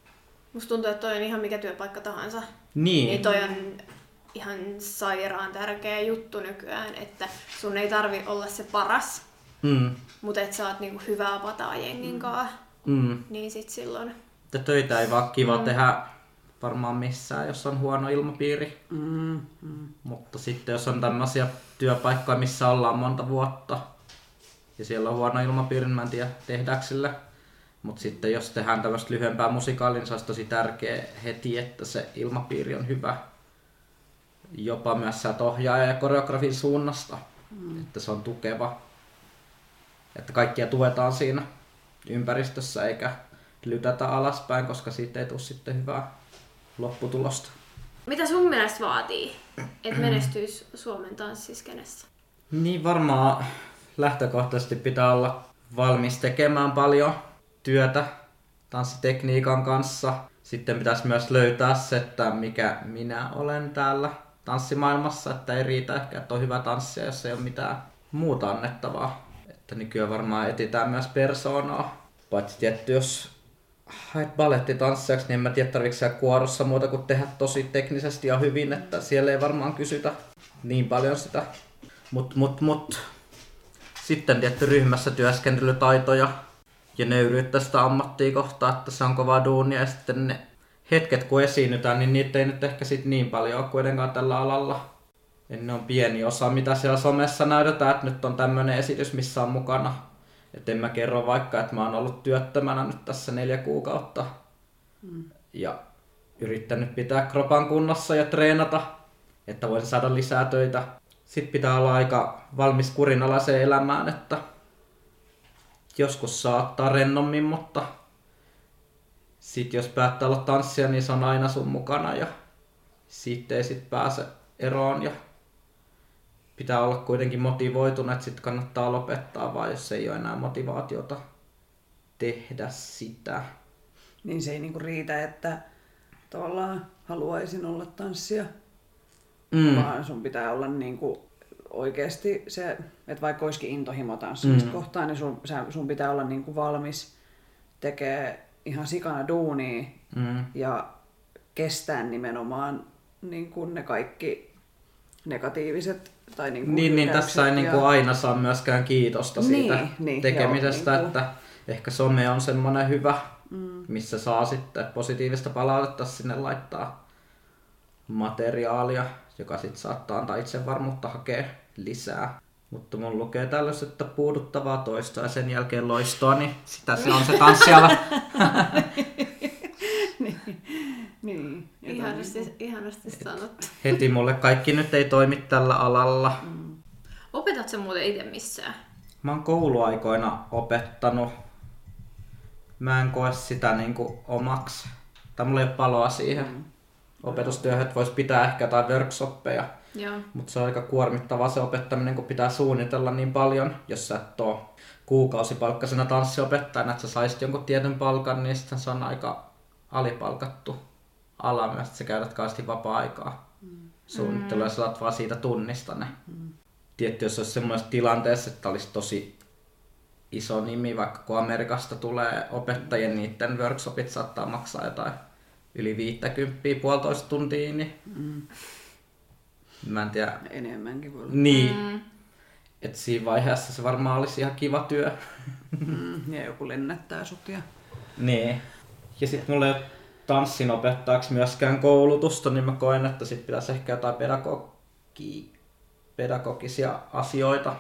Musta tuntuu, että toi on ihan mikä työpaikka tahansa. Niin. Niin toi on ihan sairaan tärkeä juttu nykyään, että sun ei tarvi olla se paras, Mm. mutta et sä oot niinku hyvää pataa jengin kaa, Mm. niin sit silloin. Että töitä ei vaan kiva mm. tehdä varmaan missään, jos on huono ilmapiiri. Mm, mm. Mutta sitten jos on tämmöisiä työpaikkoja, missä ollaan monta vuotta ja siellä on huono ilmapiiri, niin mä en tiedä tehdäänkö sille. Mutta sitten jos tehdään tämmöistä lyhyempää musikaalia, niin se olisi tosi tärkeä heti, että se ilmapiiri on hyvä. Jopa myös sieltä ohjaaja ja koreografin suunnasta, mm. että se on tukeva. Että kaikkia tuetaan siinä ympäristössä eikä lytätä alaspäin, koska siitä ei tule sitten hyvää lopputulosta. Mitä sun mielestä vaatii, että menestyisi Suomen tanssiskenessä? Niin varmaan lähtökohtaisesti pitää olla valmis tekemään paljon työtä tanssitekniikan kanssa. Sitten pitäisi myös löytää se, että mikä minä olen täällä tanssimaailmassa, että ei riitä ehkä, että on hyvä tanssia, jos ei ole mitään muuta annettavaa. Että nykyään varmaan etsitään myös persoonaa. Paitsi tietty, jos haet balettitanssijaksi, niin en mä tiedä tarvitsetko siellä kuorossa muuta kuin tehdä tosi teknisesti ja hyvin, että siellä ei varmaan kysytä niin paljon sitä. Mut, mut, mut. Sitten tietty ryhmässä työskentelytaitoja ja nöyryyttä sitä ammattia kohtaan, että se on kovaa duunia. Ja sitten ne hetket kun esiinnytään, niin niitä ei nyt ehkä sit niin paljon ole kuitenkaan tällä alalla. Ja ne on pieni osa, mitä siellä somessa näytetään, että nyt on tämmönen esitys, missä on mukana. Että en mä kerro vaikka, että mä oon ollut työttömänä nyt tässä neljä kuukautta. Mm. Ja yrittänyt pitää kropan kunnossa ja treenata, että voisin saada lisää töitä. Sitten pitää olla aika valmis kurinalaiseen elämään, että joskus saa ottaa rennommin, mutta sitten jos päättää olla tanssia, niin se on aina sun mukana ja siitä ei sit pääse eroon. Ja pitää olla kuitenkin motivoitunut, että sitten kannattaa lopettaa, vaan jos ei ole enää motivaatiota tehdä sitä. Niin se ei niinku riitä, että tavallaan haluaisin olla tanssia, mm. vaan sun pitää olla niinku oikeasti se, että vaikka olisikin intohimo tanssimista mm. kohtaan, niin sun, sun pitää olla niinku valmis tekee ihan sikana duunia mm. ja kestää nimenomaan niinku ne kaikki negatiiviset tai niinku niin, niin tässä ei ja... niinku aina saa myöskään kiitosta siitä niin, niin, tekemisestä, joo, että ehkä some on semmoinen hyvä, mm. missä saa sitten positiivista palautetta sinne laittaa materiaalia, joka sitten saattaa antaa itsevarmuutta hakea lisää. Mutta mun lukee tällaista, että puuduttavaa toistoa ja sen jälkeen loistoa, niin sitä se on se tanssiala. niin, niin. Ihanasti, ihanasti sanottu. Heti mulle kaikki nyt ei toimi tällä alalla. Mm. Opetat sä muuten itse missään? Mä oon kouluaikoina opettanut. Mä en koe sitä niinku omaksi. Tai mulla ei ole paloa siihen mm. opetustyöhön, että vois pitää ehkä jotain workshoppeja. Mutta se on aika kuormittavaa se opettaminen, kun pitää suunnitella niin paljon. Jos sä et oo kuukausipalkkaisena tanssiopettajana, että sä saisit jonkun tietyn palkan, niin sitten se on aika alipalkattu ala myös, että sä käytät kauheasti vapaa-aikaa mm. suunnittelua ja sä saat vaan siitä tunnista ne. Mm. Tietty, jos olisi semmoisessa tilanteessa, että olisi tosi iso nimi, vaikka kun Amerikasta tulee opettajien, niiden workshopit saattaa maksaa jotain yli viittäkymppiä puolitoista tuntia, niin mm. mä en tiedä. Enemmänkin voi olla. Niin. Mm. Et siinä vaiheessa se varmaan olisi ihan kiva työ. Mm, ja joku lennättää sut ja... Niin. Ja sit mulla ei ole tanssin opettajaksi myöskään koulutusta, niin mä koen, että sit pitäisi ehkä jotain pedagogi... pedagogisia asioita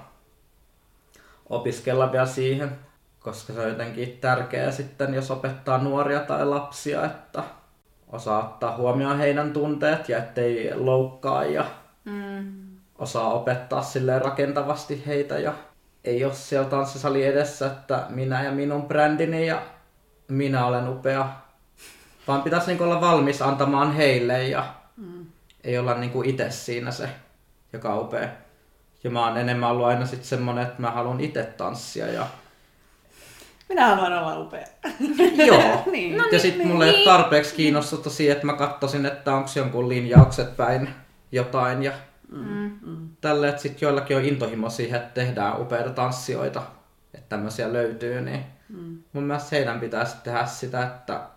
opiskella vielä siihen. Koska se on jotenkin tärkeää sitten, jos opettaa nuoria tai lapsia, että osaa ottaa huomioon heidän tunteet ja ettei loukkaa ja mm. osaa opettaa silleen rakentavasti heitä ja ei ole siellä tanssisali edessä, että minä ja minun brändini ja minä olen upea, vaan pitäisi niinku olla valmis antamaan heille ja mm. ei olla niinku itse siinä se, joka on upea. Ja mä oon enemmän ollut aina sit semmonen, että mä haluan itse tanssia ja minä haluan olla upea. Joo. niin. No, ja sitten niin, mulla ei niin. ole tarpeeksi kiinnostusta siihen, että mä katsoisin, että onko jonkun linjaukset päin jotain. Ja mm. Mm. tälle, että sitten joillakin on intohimo siihen, että tehdään upeita tanssioita, että tämmöisiä löytyy. Niin mm. mun mielestä heidän pitäisi tehdä sitä, että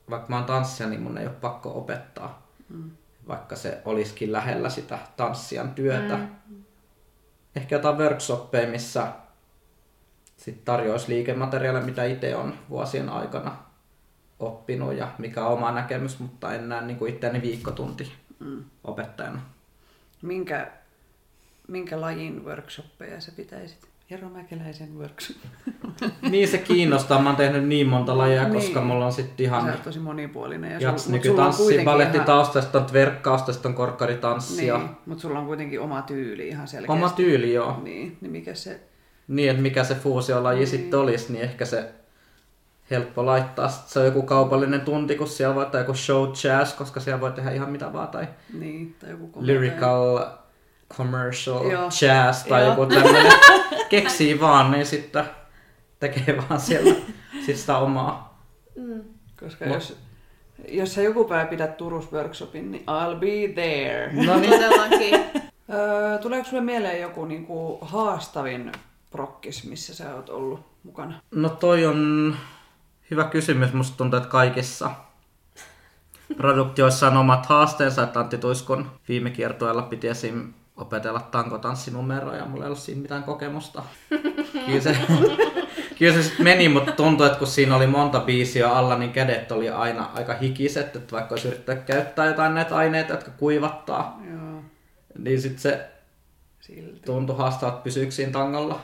vaikka mä oon tanssija, niin mun ei ole pakko opettaa. Mm. Vaikka se olisikin lähellä sitä tanssijan työtä. Mm. Ehkä jotain workshoppeja, missä sit tarjoaisi liikemateriaalia, mitä itse on vuosien aikana oppinut ja mikä on oma näkemys, mutta en näe niin itseäni viikkotunti mm. opettajana. Minkä, minkä lajin workshoppeja sä pitäisit? Jero Mäkeläisen workshop. Niin se kiinnostaa. Mä oon tehnyt niin monta lajia, niin. Koska mulla on sitten ihan... Sä oot tosi monipuolinen. Ja jats, nykytanssi, balettitausta, sitten on tverkkausta, sitten on korkkaritanssia. Niin, mutta sulla on kuitenkin oma tyyli ihan selkeästi. Oma tyyli, joo. Niin, niin mikä se... Niin, että mikä se fuusiolaji niin. sitten olisi, niin ehkä se helppo laittaa. Sitten se on joku kaupallinen tunti, kun siellä voi tehdä joku show jazz, koska siellä voi tehdä ihan mitä vaan. Tai, niin, tai joku lyrical... Tai... commercial, joo. Jazz tai joo. Joku tämmöinen, keksii vaan, niin sitten tekee vaan siellä sit sitä omaa. Mm. Koska Mut. jos, jos sä joku päivä pidät Turussa workshopin, niin I'll be there. No niin, todellakin. öö, tuleeko sulle mieleen joku niinku haastavin prokkis, missä sä oot ollut mukana? No toi on hyvä kysymys. Musta tuntuu, että kaikissa produktioissa on omat haasteensa, että Antti Tuiskun viime kiertueella piti esim. Opetella tankotanssinumeroa ja mulla ei ollut siinä mitään kokemusta. Kyllä se, kyllä se sitten meni, mutta tuntui, että kun siinä oli monta biisiä alla, niin kädet oli aina aika hikiset, että vaikka olisi yrittänyt käyttää jotain näitä aineita, jotka kuivattaa, joo. Niin sitten se silti tuntui haastaa, että pysyykö siinä tangolla.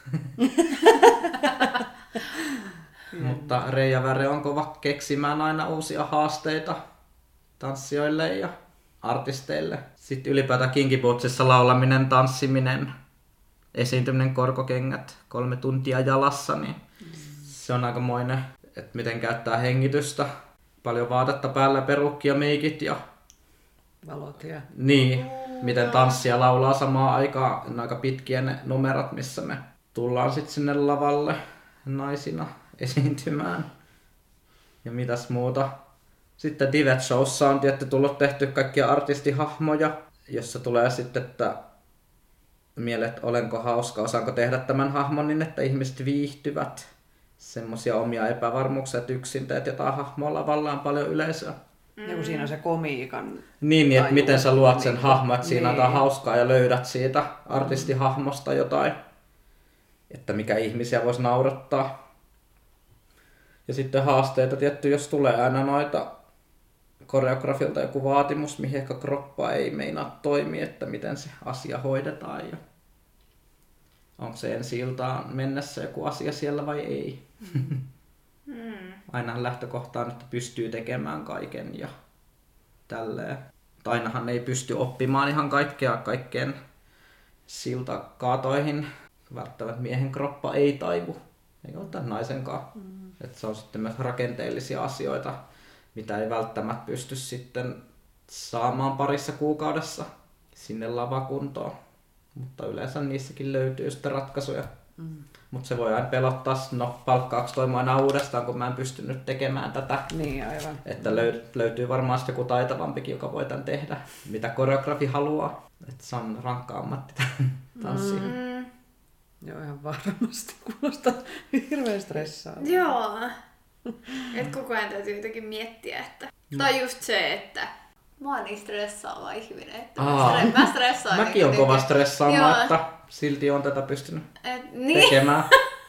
Mutta Reija Väre on kova keksimään aina uusia haasteita tanssijoille ja artisteille. Sitten ylipäätään Kinky Bootsissa laulaminen, tanssiminen, esiintyminen, korkokengät, kolme tuntia jalassa, niin mm. se on aikamoinen, että miten käyttää hengitystä, paljon vaatetta päällä, perukki ja meikit ja valot ja... Niin, miten tanssia laulaa samaan aikaan, ne aika pitkiä ne numerot, missä me tullaan sitten sinne lavalle naisina esiintymään. Ja mitäs muuta. Sitten Divet Showssa on tietty tullut tehty kaikkia artistihahmoja, jossa tulee sitten, että mielet, olenko hauska, osaanko tehdä tämän hahmon niin, että ihmiset viihtyvät. Semmoisia omia epävarmuuksia, että yksin teet jotain hahmoa lavalla on paljon yleisöä. Ja kun siinä on se komiikan... Niin, niin että miten sä luot sen hahmon, että siinä niin. On hauskaa ja löydät siitä artistihahmosta jotain, että mikä ihmisiä voisi naurattaa. Ja sitten haasteita tietty, jos tulee aina noita koreografilta joku vaatimus, mihin ehkä kroppa ei meinaa toimia, että miten se asia hoidetaan ja onko se ensi iltaan mennessä joku asia siellä vai ei. Mm. Aina lähtökohta on, että pystyy tekemään kaiken ja tälleen. Mutta ainahan ei pysty oppimaan ihan kaikkea kaikkeen siltakaatoihin. Välttämättä miehen kroppa ei taivu, eikä ole tämän naisenkaan. Mm. Että se on sitten myös rakenteellisia asioita, mitä ei välttämättä pysty sitten saamaan parissa kuukaudessa sinne lavakuntoon. Mutta yleensä niissäkin löytyy sitten ratkaisuja. Mm. Mutta se voi aina pelottaa, no palkkaako toi aina uudestaan, kun mä en pystynyt tekemään tätä. Niin, aivan. Että löy- löytyy varmaan sitten joku taitavampikin, joka voi tämän tehdä, mitä koreografi haluaa. Että se on rankka ammatti tanssi. Mm. Joo, ihan varmasti. Kuulostaa hirveän stressaavalta. Joo. Että koko ajan täytyy jotenkin miettiä, että... No. Tai just se, että mä oon niin stressaava ihminen, että Aa. mä stressaan. Mäkin oon kova stressaamaan, että silti on tätä pystynyt Et, niin. tekemään.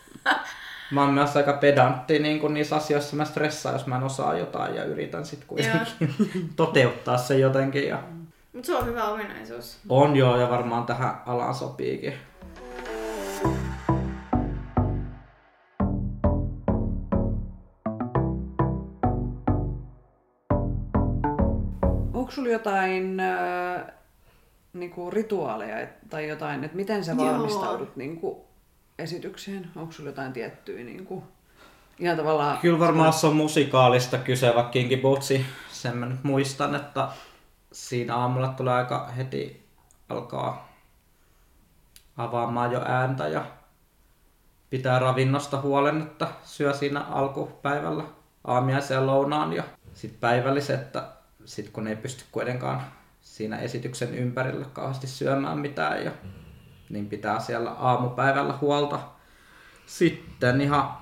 Mä oon myös aika pedantti niin kun niissä asioissa. Mä stressaan, jos mä en osaa jotain ja yritän sit kuitenkin toteuttaa sen jotenkin. Ja... Mut se on hyvä ominaisuus. On joo, ja varmaan tähän alaan sopiikin. Onko sulla jotain äh, niinku rituaaleja tai jotain, että miten sä valmistaudut niinku esitykseen? Onko sulla jotain tiettyä niinku, ihan tavallaan... Kyllä varmaan se on musikaalista kyse, vaikka Kinky Bootsi. Sen mä nyt muistan, että siinä aamulla tulee aika heti alkaa avaamaan jo ääntä ja pitää ravinnosta huolen, että syö siinä alkupäivällä aamiaisen ja lounaan ja sitten päivälliset, että sitten kun ei pysty kuitenkaan siinä esityksen ympärillä kauheasti syömään mitään, ja, niin pitää siellä aamupäivällä huolta. Sitten ihan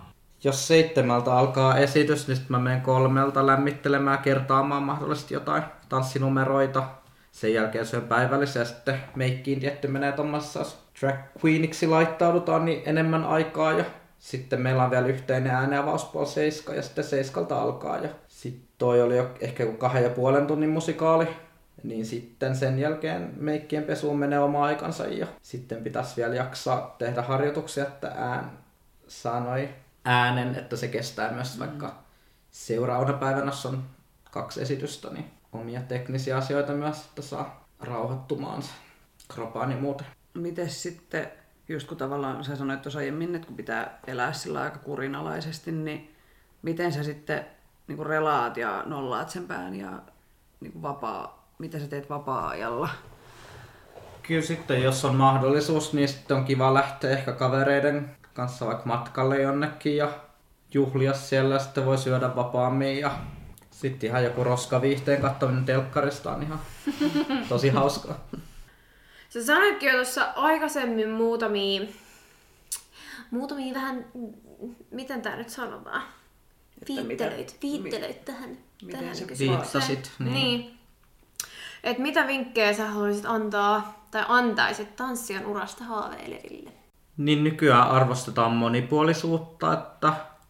jos seitsemältä alkaa esitys, niin sitten mä menen kolmelta lämmittelemään, kertaamaan mahdollisesti jotain tanssinumeroita. Sen jälkeen syön päivällisen ja sitten meikkiin tietty menee tuommoissa, jos drag queeniksi laittaudutaan, niin enemmän aikaa. Ja sitten meillä on vielä yhteinen ääneavaus puoli seiska ja sitten seiskalta alkaa. Ja sitten toi oli jo ehkä joku kahden ja puolen tunnin musikaali. Niin sitten sen jälkeen meikkien pesuun menee oma aikansa ja sitten pitäisi vielä jaksaa tehdä harjoituksia, että ään sanoi äänen, että se kestää myös vaikka seuraavana päivänä, jos on kaksi esitystä, niin omia teknisiä asioita myös, että saa rauhoittumaan se kropaan ja muuten. Mites sitten, just kun tavallaan sä sanoit tuossa aiemmin, että kun pitää elää sillä aika kurinalaisesti, niin miten sä sitten niin kuin relaat ja nollaat sen pään ja niin kuin vapaa, mitä sä teet vapaa-ajalla? Kyllä sitten, jos on mahdollisuus, niin sitten on kiva lähteä ehkä kavereiden kanssa vaikka matkalle jonnekin ja juhlia siellä, sitten voi syödä vapaammin ja sitten ihan joku roskaviihteen katsominen telkkarista on ihan tosi hauskaa. Sä sanoitkin jo tuossa aikaisemmin muutamia, muutamia vähän, miten tää nyt sanotaan, viittelöit, viittelöit tähän, miten tähän se kysymykseen. Viittasit, niin. niin. Et mitä vinkkejä sä haluaisit antaa tai antaisit tanssijan urasta haaveileville? Niin nykyään arvostetaan monipuolisuutta, että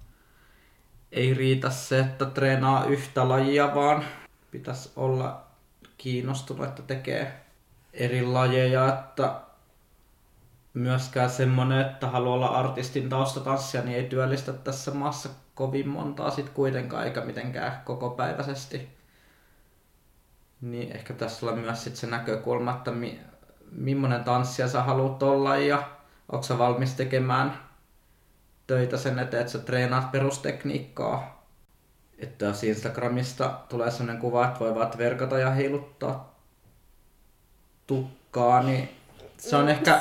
ei riitä se, että treenaa yhtä lajia, vaan pitäisi olla kiinnostunut, että tekee eri lajeja, että myöskään semmoinen, että haluaa olla artistin taustatanssia, niin ei työllistä tässä maassa kovin montaa sit kuitenkaan, eikä mitenkään kokopäiväisesti. Niin ehkä tässä on myös sit se näkökulma, että mi- millainen tanssija sä haluat olla ja onko sä valmis tekemään töitä sen eteen, että sä treenaat perustekniikkaa. Että jos Instagramista tulee sellainen kuva, että voi vaan verkata ja heiluttaa tukkaa, niin se on ehkä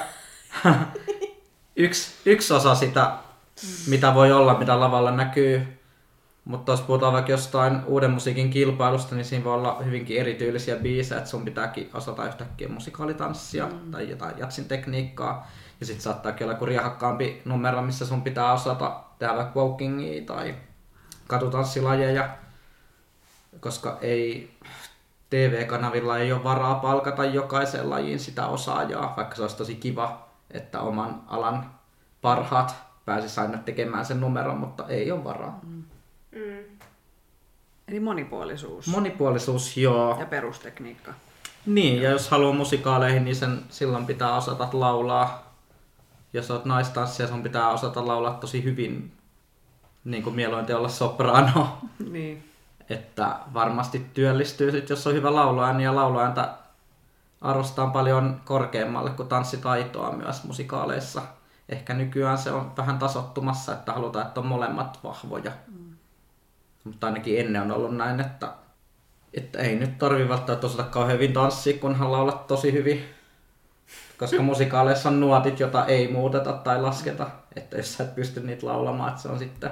yksi, yksi osa sitä, mitä voi olla, mitä lavalla näkyy. Mutta jos puhutaan vaikka jostain uuden musiikin kilpailusta, niin siinä voi olla hyvinkin erityylisiä biisejä, että sun pitääkin osata yhtäkkiä musikaalitanssia mm. tai jotain jatsin tekniikkaa. Ja sit saattaakin olla joku riehakkaampi numero, missä sun pitää osata tehdä vaikka walkingia tai katutanssilajeja, koska ei T V-kanavilla ei ole varaa palkata jokaisen lajiin sitä osaajaa, vaikka se olisi tosi kiva, että oman alan parhaat pääsisi aina tekemään sen numeron, mutta ei ole varaa. Mm. Mm. Eli monipuolisuus. Monipuolisuus, joo. Ja perustekniikka. Niin, ja jos haluaa musikaaleihin, niin sen silloin pitää osata laulaa. Jos olet naistanssija, sun pitää osata laulaa tosi hyvin, niin kuin mieluiten olla soprano. Niin. Että varmasti työllistyy sit, jos on hyvä lauluääni, ja lauluääntä arvostetaan paljon korkeammalle kuin tanssitaitoa myös musikaaleissa. Ehkä nykyään se on vähän tasottumassa, että halutaan, että on molemmat vahvoja. Mm. Mutta ainakin ennen on ollut näin, että, että ei nyt tarvitse välttämättä osata kauhean hyvin tanssia, kunhan laulat tosi hyvin. Koska musikaaleissa on nuotit, jota ei muuteta tai lasketa. Että jos sä et pysty niitä laulamaan, että se on sitten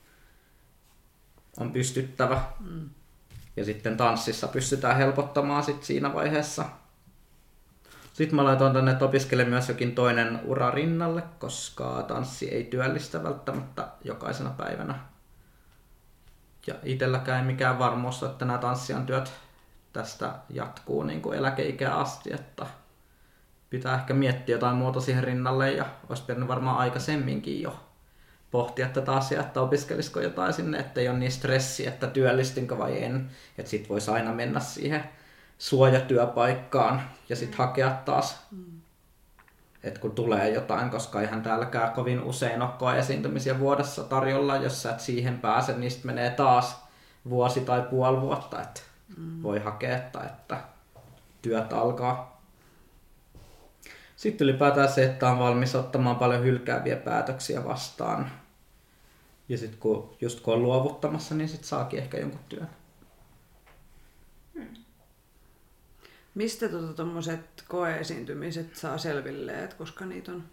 on pystyttävä. Mm. Ja sitten tanssissa pystytään helpottamaan sit siinä vaiheessa. Sitten mä laitoin tänne, että opiskelen myös jokin toinen ura rinnalle, koska tanssi ei työllistä välttämättä jokaisena päivänä. Ja itselläkään ei mikään varmuus, että nämä tanssijan työt tästä jatkuu niin kuin eläkeikään asti, että pitää ehkä miettiä jotain muuta siihen rinnalle ja olisi pitänyt varmaan aikaisemminkin jo pohtia tätä asiaa, että opiskelisiko jotain sinne, ettei ole niin stressi, että työllistynkö vai en. Että sit voisi aina mennä siihen suojatyöpaikkaan ja sitten hakea taas, mm. että kun tulee jotain, koska eihän täälläkään kovin usein ole esiintymisiä vuodessa tarjolla, jos sä et siihen pääse, niin sitten menee taas vuosi tai puoli vuotta, että mm. voi hakea, että työt alkaa. Sitten ylipäätään se, että on valmis ottamaan paljon hylkääviä päätöksiä vastaan. Ja sitten kun, just kun on luovuttamassa, niin sitten saakin ehkä jonkun työn. Hmm. Mistä tuommoiset tota, koe-esiintymiset saa selville, että koska niitä on?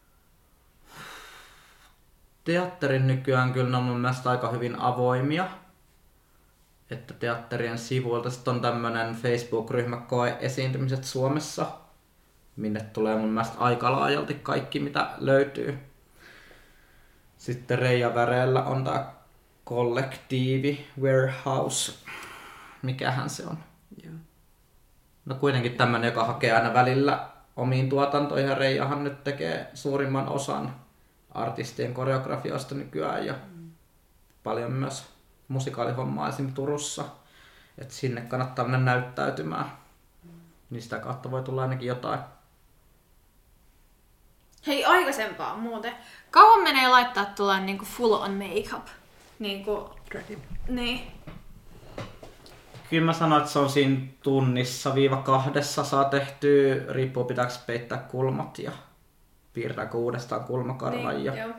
Teatterin nykyään kyllä ne on mun mielestä aika hyvin avoimia. Että teatterien sivuilta sitten on tämmönen Facebook-ryhmä koe-esiintymiset Suomessa, minne tulee mun mielestä aika laajalti kaikki, mitä löytyy. Sitten Reija Väreellä on tää kollektiivi, Warehouse. Mikähän se on? Joo. No kuitenkin tämmönen, joka hakee aina välillä omiin tuotantoihin. Ja Reijahan nyt tekee suurimman osan artistien koreografioista nykyään ja mm. paljon myös musikaalihommaa esim. Turussa. Et sinne kannattaa mennä näyttäytymään. Mm. Niin sitä kautta voi tulla ainakin jotain. Hei, aikaisempaa muuten. Kauan menee laittaa tuollainen niinku full on makeup? Niinku... Ready. Niin. Kyllä mä sanoin, että se on siinä tunnissa viiva kahdessa saa tehtyä, riippuu pitääkö peittää kulmat ja piirtääkö uudestaan kulmakarvan. Niin, ja... joo.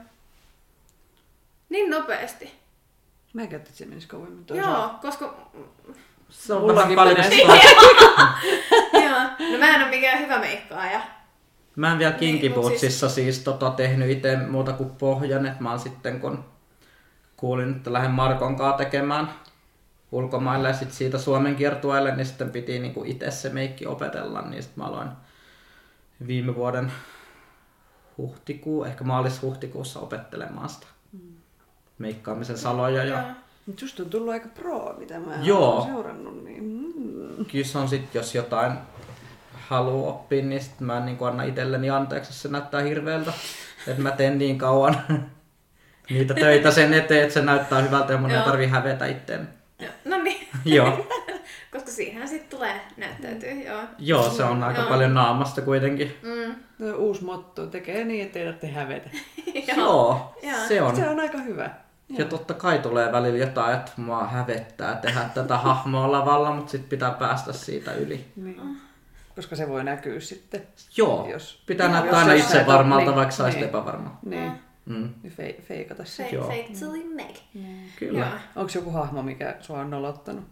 Niin nopeasti. Mä en käytä, että se menisi kauemmin Joo, toisaalta. koska... Se on Mullakin vähän menee. kallistaa. Joo. No mä en oo mikään hyvä meikkaaja. Mä en vielä Kinky Niin, mut Bootsissa siis, siis tota, tehnyt itse muuta kuin pohjan, että mä oon sitten kun kuulin, että lähden Markon kanssa tekemään ulkomaille ja sitten siitä Suomen kiertueelle, niin sitten piti niinku itse se meikki opetella, niin sitten mä aloin viime vuoden huhtikuu, ehkä maalis-huhtikuussa opettelemaan sitä meikkaamisen saloja. Ja... Mut just on tullut aika pro, mitä mä Joo. oon seurannut. Niin... Mm. Kyllä se on sit, jos jotain haluaa oppia, niin sit mä en niin anna itselleni anteeksi, jos se näyttää hirveältä. Että mä teen niin kauan niitä töitä sen eteen, että se näyttää hyvältä ja mun ei tarvii hävetä itteen. No niin. Joo. Koska siihenhän sit tulee näyttäytyä, joo. Joo, se on aika Joo. paljon naamasta kuitenkin. Mm. Tuo uusi motto tekee niin, ettei tarvitse hävetä. Joo, Joo. se on. Se on aika hyvä. Ja totta kai tulee välillä jotain, että mua hävettää tehdä tätä hahmoa lavalla, mutta sit pitää päästä siitä yli. Niin. Koska se voi näkyä sitten. Joo, Jos- pitää Joo, näyttää jos aina sä itse et oo- varmalta, niin, vaikka sä olisit niin. epävarma. Niin. Mm. Niin fe- feikata se. Fake, Joo. fake till you make. Kyllä. Joo. Onko joku hahmo, mikä sua on nolottanut?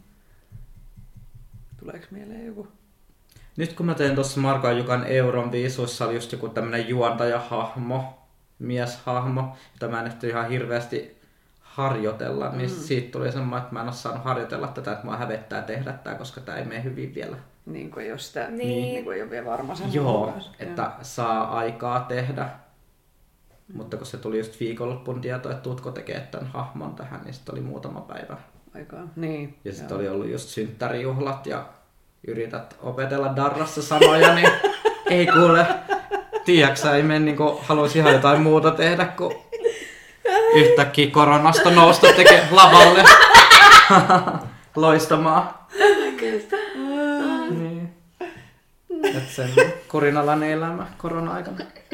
Tuleeko mieleen joku? Nyt kun mä tein tuossa Marko ja Jukan Euron viisuissa, oli just joku tämmönen juontajahahmo, mieshahmo, jota mä en ehty ihan hirveästi harjoitella, mm. niin siitä tuli semmoinen, että mä en ole saanut harjoitella tätä, että mua hävettää tehdä tää, koska tää ei mene hyvin vielä. Niin kuin jos sitä Niin. niin kuin ei ole vielä varma sen Joo, kanssa. että saa aikaa tehdä. Mm. Mutta kun se tuli just viikonloppun tieto, että tuutko tekee tämän hahmon tähän, niin sitten oli muutama päivä. Aikaa. Niin. Ja sitten joo. oli ollut just synttärijuhlat ja yrität opetella darrassa sanoja, niin ei kuule. Tiedätkö, ei mene niin kuin haluaisi ihan jotain muuta tehdä, kuin yhtäkkiä koronasta nousta tekee lavalle loistamaan. Niin. Et sen kurinalainen elämä korona-aikana.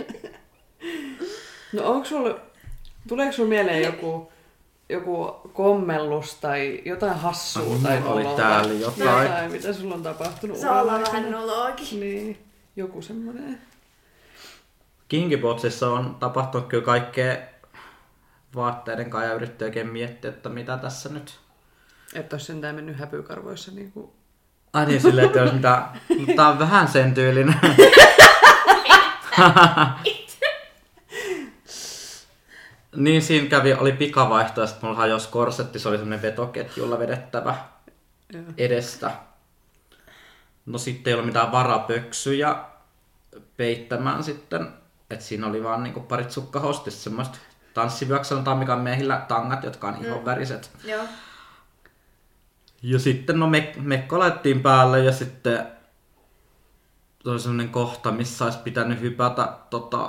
No onko sulla, tuleeko sulla mieleen joku, joku kommellus tai jotain hassua Ai, tai mulla oli noloa? täällä jotain. jotain. Mitä sulla on tapahtunut? Se on uralla vähän aikana? nologi. Niin, joku semmoinen. Kinky Bootsissa on tapahtunut kyllä kaikkea vaatteiden kanssa ja yritti oikein miettiä, että mitä tässä nyt. Että olisi sentään mennyt häpykarvoissa niin kuin... Ai niin, silleen, että olisi mitään. Tää on vähän sen tyylinen. Niin siinä kävi, oli pikavaihto ja sitten mulla hajosi korsetti, se oli semmonen vetoketjulla vedettävä Joo. edestä. No sitten ei ollut mitään varapöksyjä peittämään sitten. Et siinä oli vaan niinku parit sukkahousut ja semmoista tanssivyöksi sanotaan, mikä on miehillä tangat, jotka on ihon väriset. Joo. Ja sitten no me, mekko laitettiin päälle ja sitten se oli semmonen kohta, missä olisi pitänyt hypätä tota,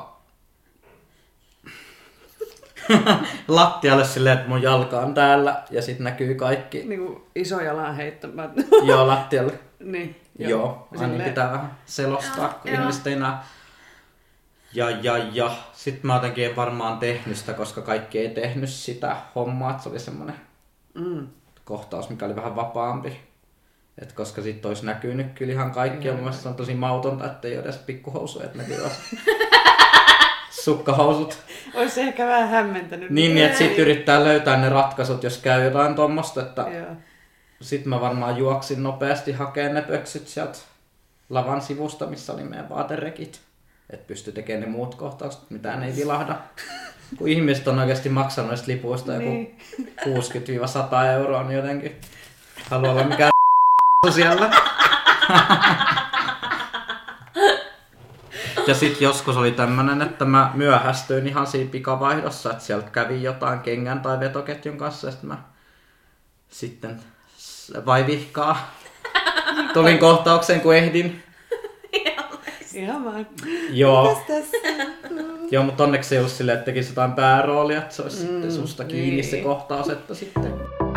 lattialle silleen, että mun jalka on täällä ja sitten näkyy kaikki. Niin kuin iso jalan heittämät. Joo, lattialle. niin. Joo, Joo aina Silleen- pitää vähän selostaa, kun Joo. ihmiset ei näe. Ja, ja, ja. Sitten mä jotenkin en varmaan tehnyt sitä, koska kaikki ei tehnyt sitä hommaa. Että se oli semmonen Mm. kohtaus, mikä oli vähän vapaampi. Et koska sitten olisi näkynyt kyllä ihan kaikki. Ja Joo. mun mielestä se on tosi mautonta, että ei ole edes pikkuhousuja, että näkyy edes sukkahousut. Olisi ehkä vähän hämmentänyt. Niin, niin että sitten yrittää löytää ne ratkaisut, jos käy jotain tommosta. Että Joo. sitten mä varmaan juoksin nopeasti hakemaan ne pöksyt sieltä lavan sivusta, missä oli meidän vaaterekit. Että pystyi tekemään ne muut kohtaukset, mitään ei vilahda. Kun ihmiset on oikeasti maksanut näistä lipuista joku Niin. kuusikymmentä sata euroa, niin jotenkin haluaa olla mikään siellä. Ja sit joskus oli tämmönen, että mä myöhästyin ihan siinä pikavaihdossa, että sieltä kävi jotain kengän tai vetoketjun kanssa, ja sit mä sitten vaivihkaa tulin kohtaukseen, kun ehdin. Ihan vaan. Joo. Joo, mutta onneksi ei ollut silleen, että tekisi jotain pääroolia, että se olisi mm, sitten susta kiinni niin. Se kohtaus, että sitten...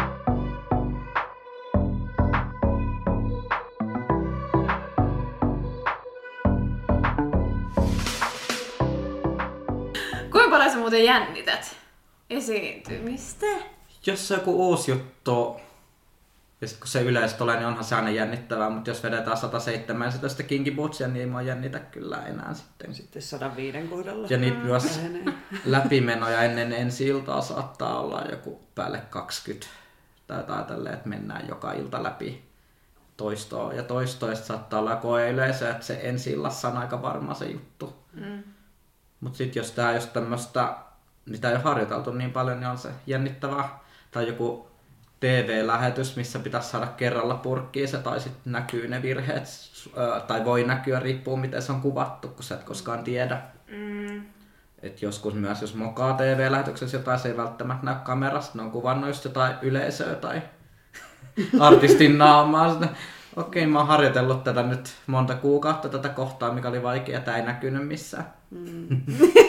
Kuinka paljon sä muuten jännität esiintymistä? Jos se on joku uusi juttu, ja sit kun se yleensä tulee, niin onhan se aina jännittävää, mutta jos vedetään sata seitsemäntoista Kinky Bootsia, niin ei mua jännitä kyllä enää sitten. Sitten sata viisi kohdalla. Ja niitä myös läpimenoja ennen ensi-iltaa saattaa olla joku päälle kaksikymmentä tai jotain tälleen, että mennään joka ilta läpi toistoa ja toistoa, ja saattaa olla koe yleisö, että se ensi-illassa on aika varma se juttu. Mm. Mutta sitten jos tää jos tämmöstä, mitä ei ole harjoiteltu niin paljon, niin on se jännittävää. Tai joku T V-lähetys, missä pitäisi saada kerralla purkkiin se, tai sitten näkyy ne virheet, tai voi näkyä, riippuu miten se on kuvattu, kun sä et koskaan tiedä. Mm. Et joskus myös, jos mokaa T V-lähetyksessä jotain, se ei välttämättä näy kamerasta, ne on kuvannut just jotain yleisöä tai artistin naamaa. Okei, mä oon harjoitellut tätä nyt monta kuukautta, tätä kohtaa, mikä oli vaikea, tää ei näkynyt missään. Mm.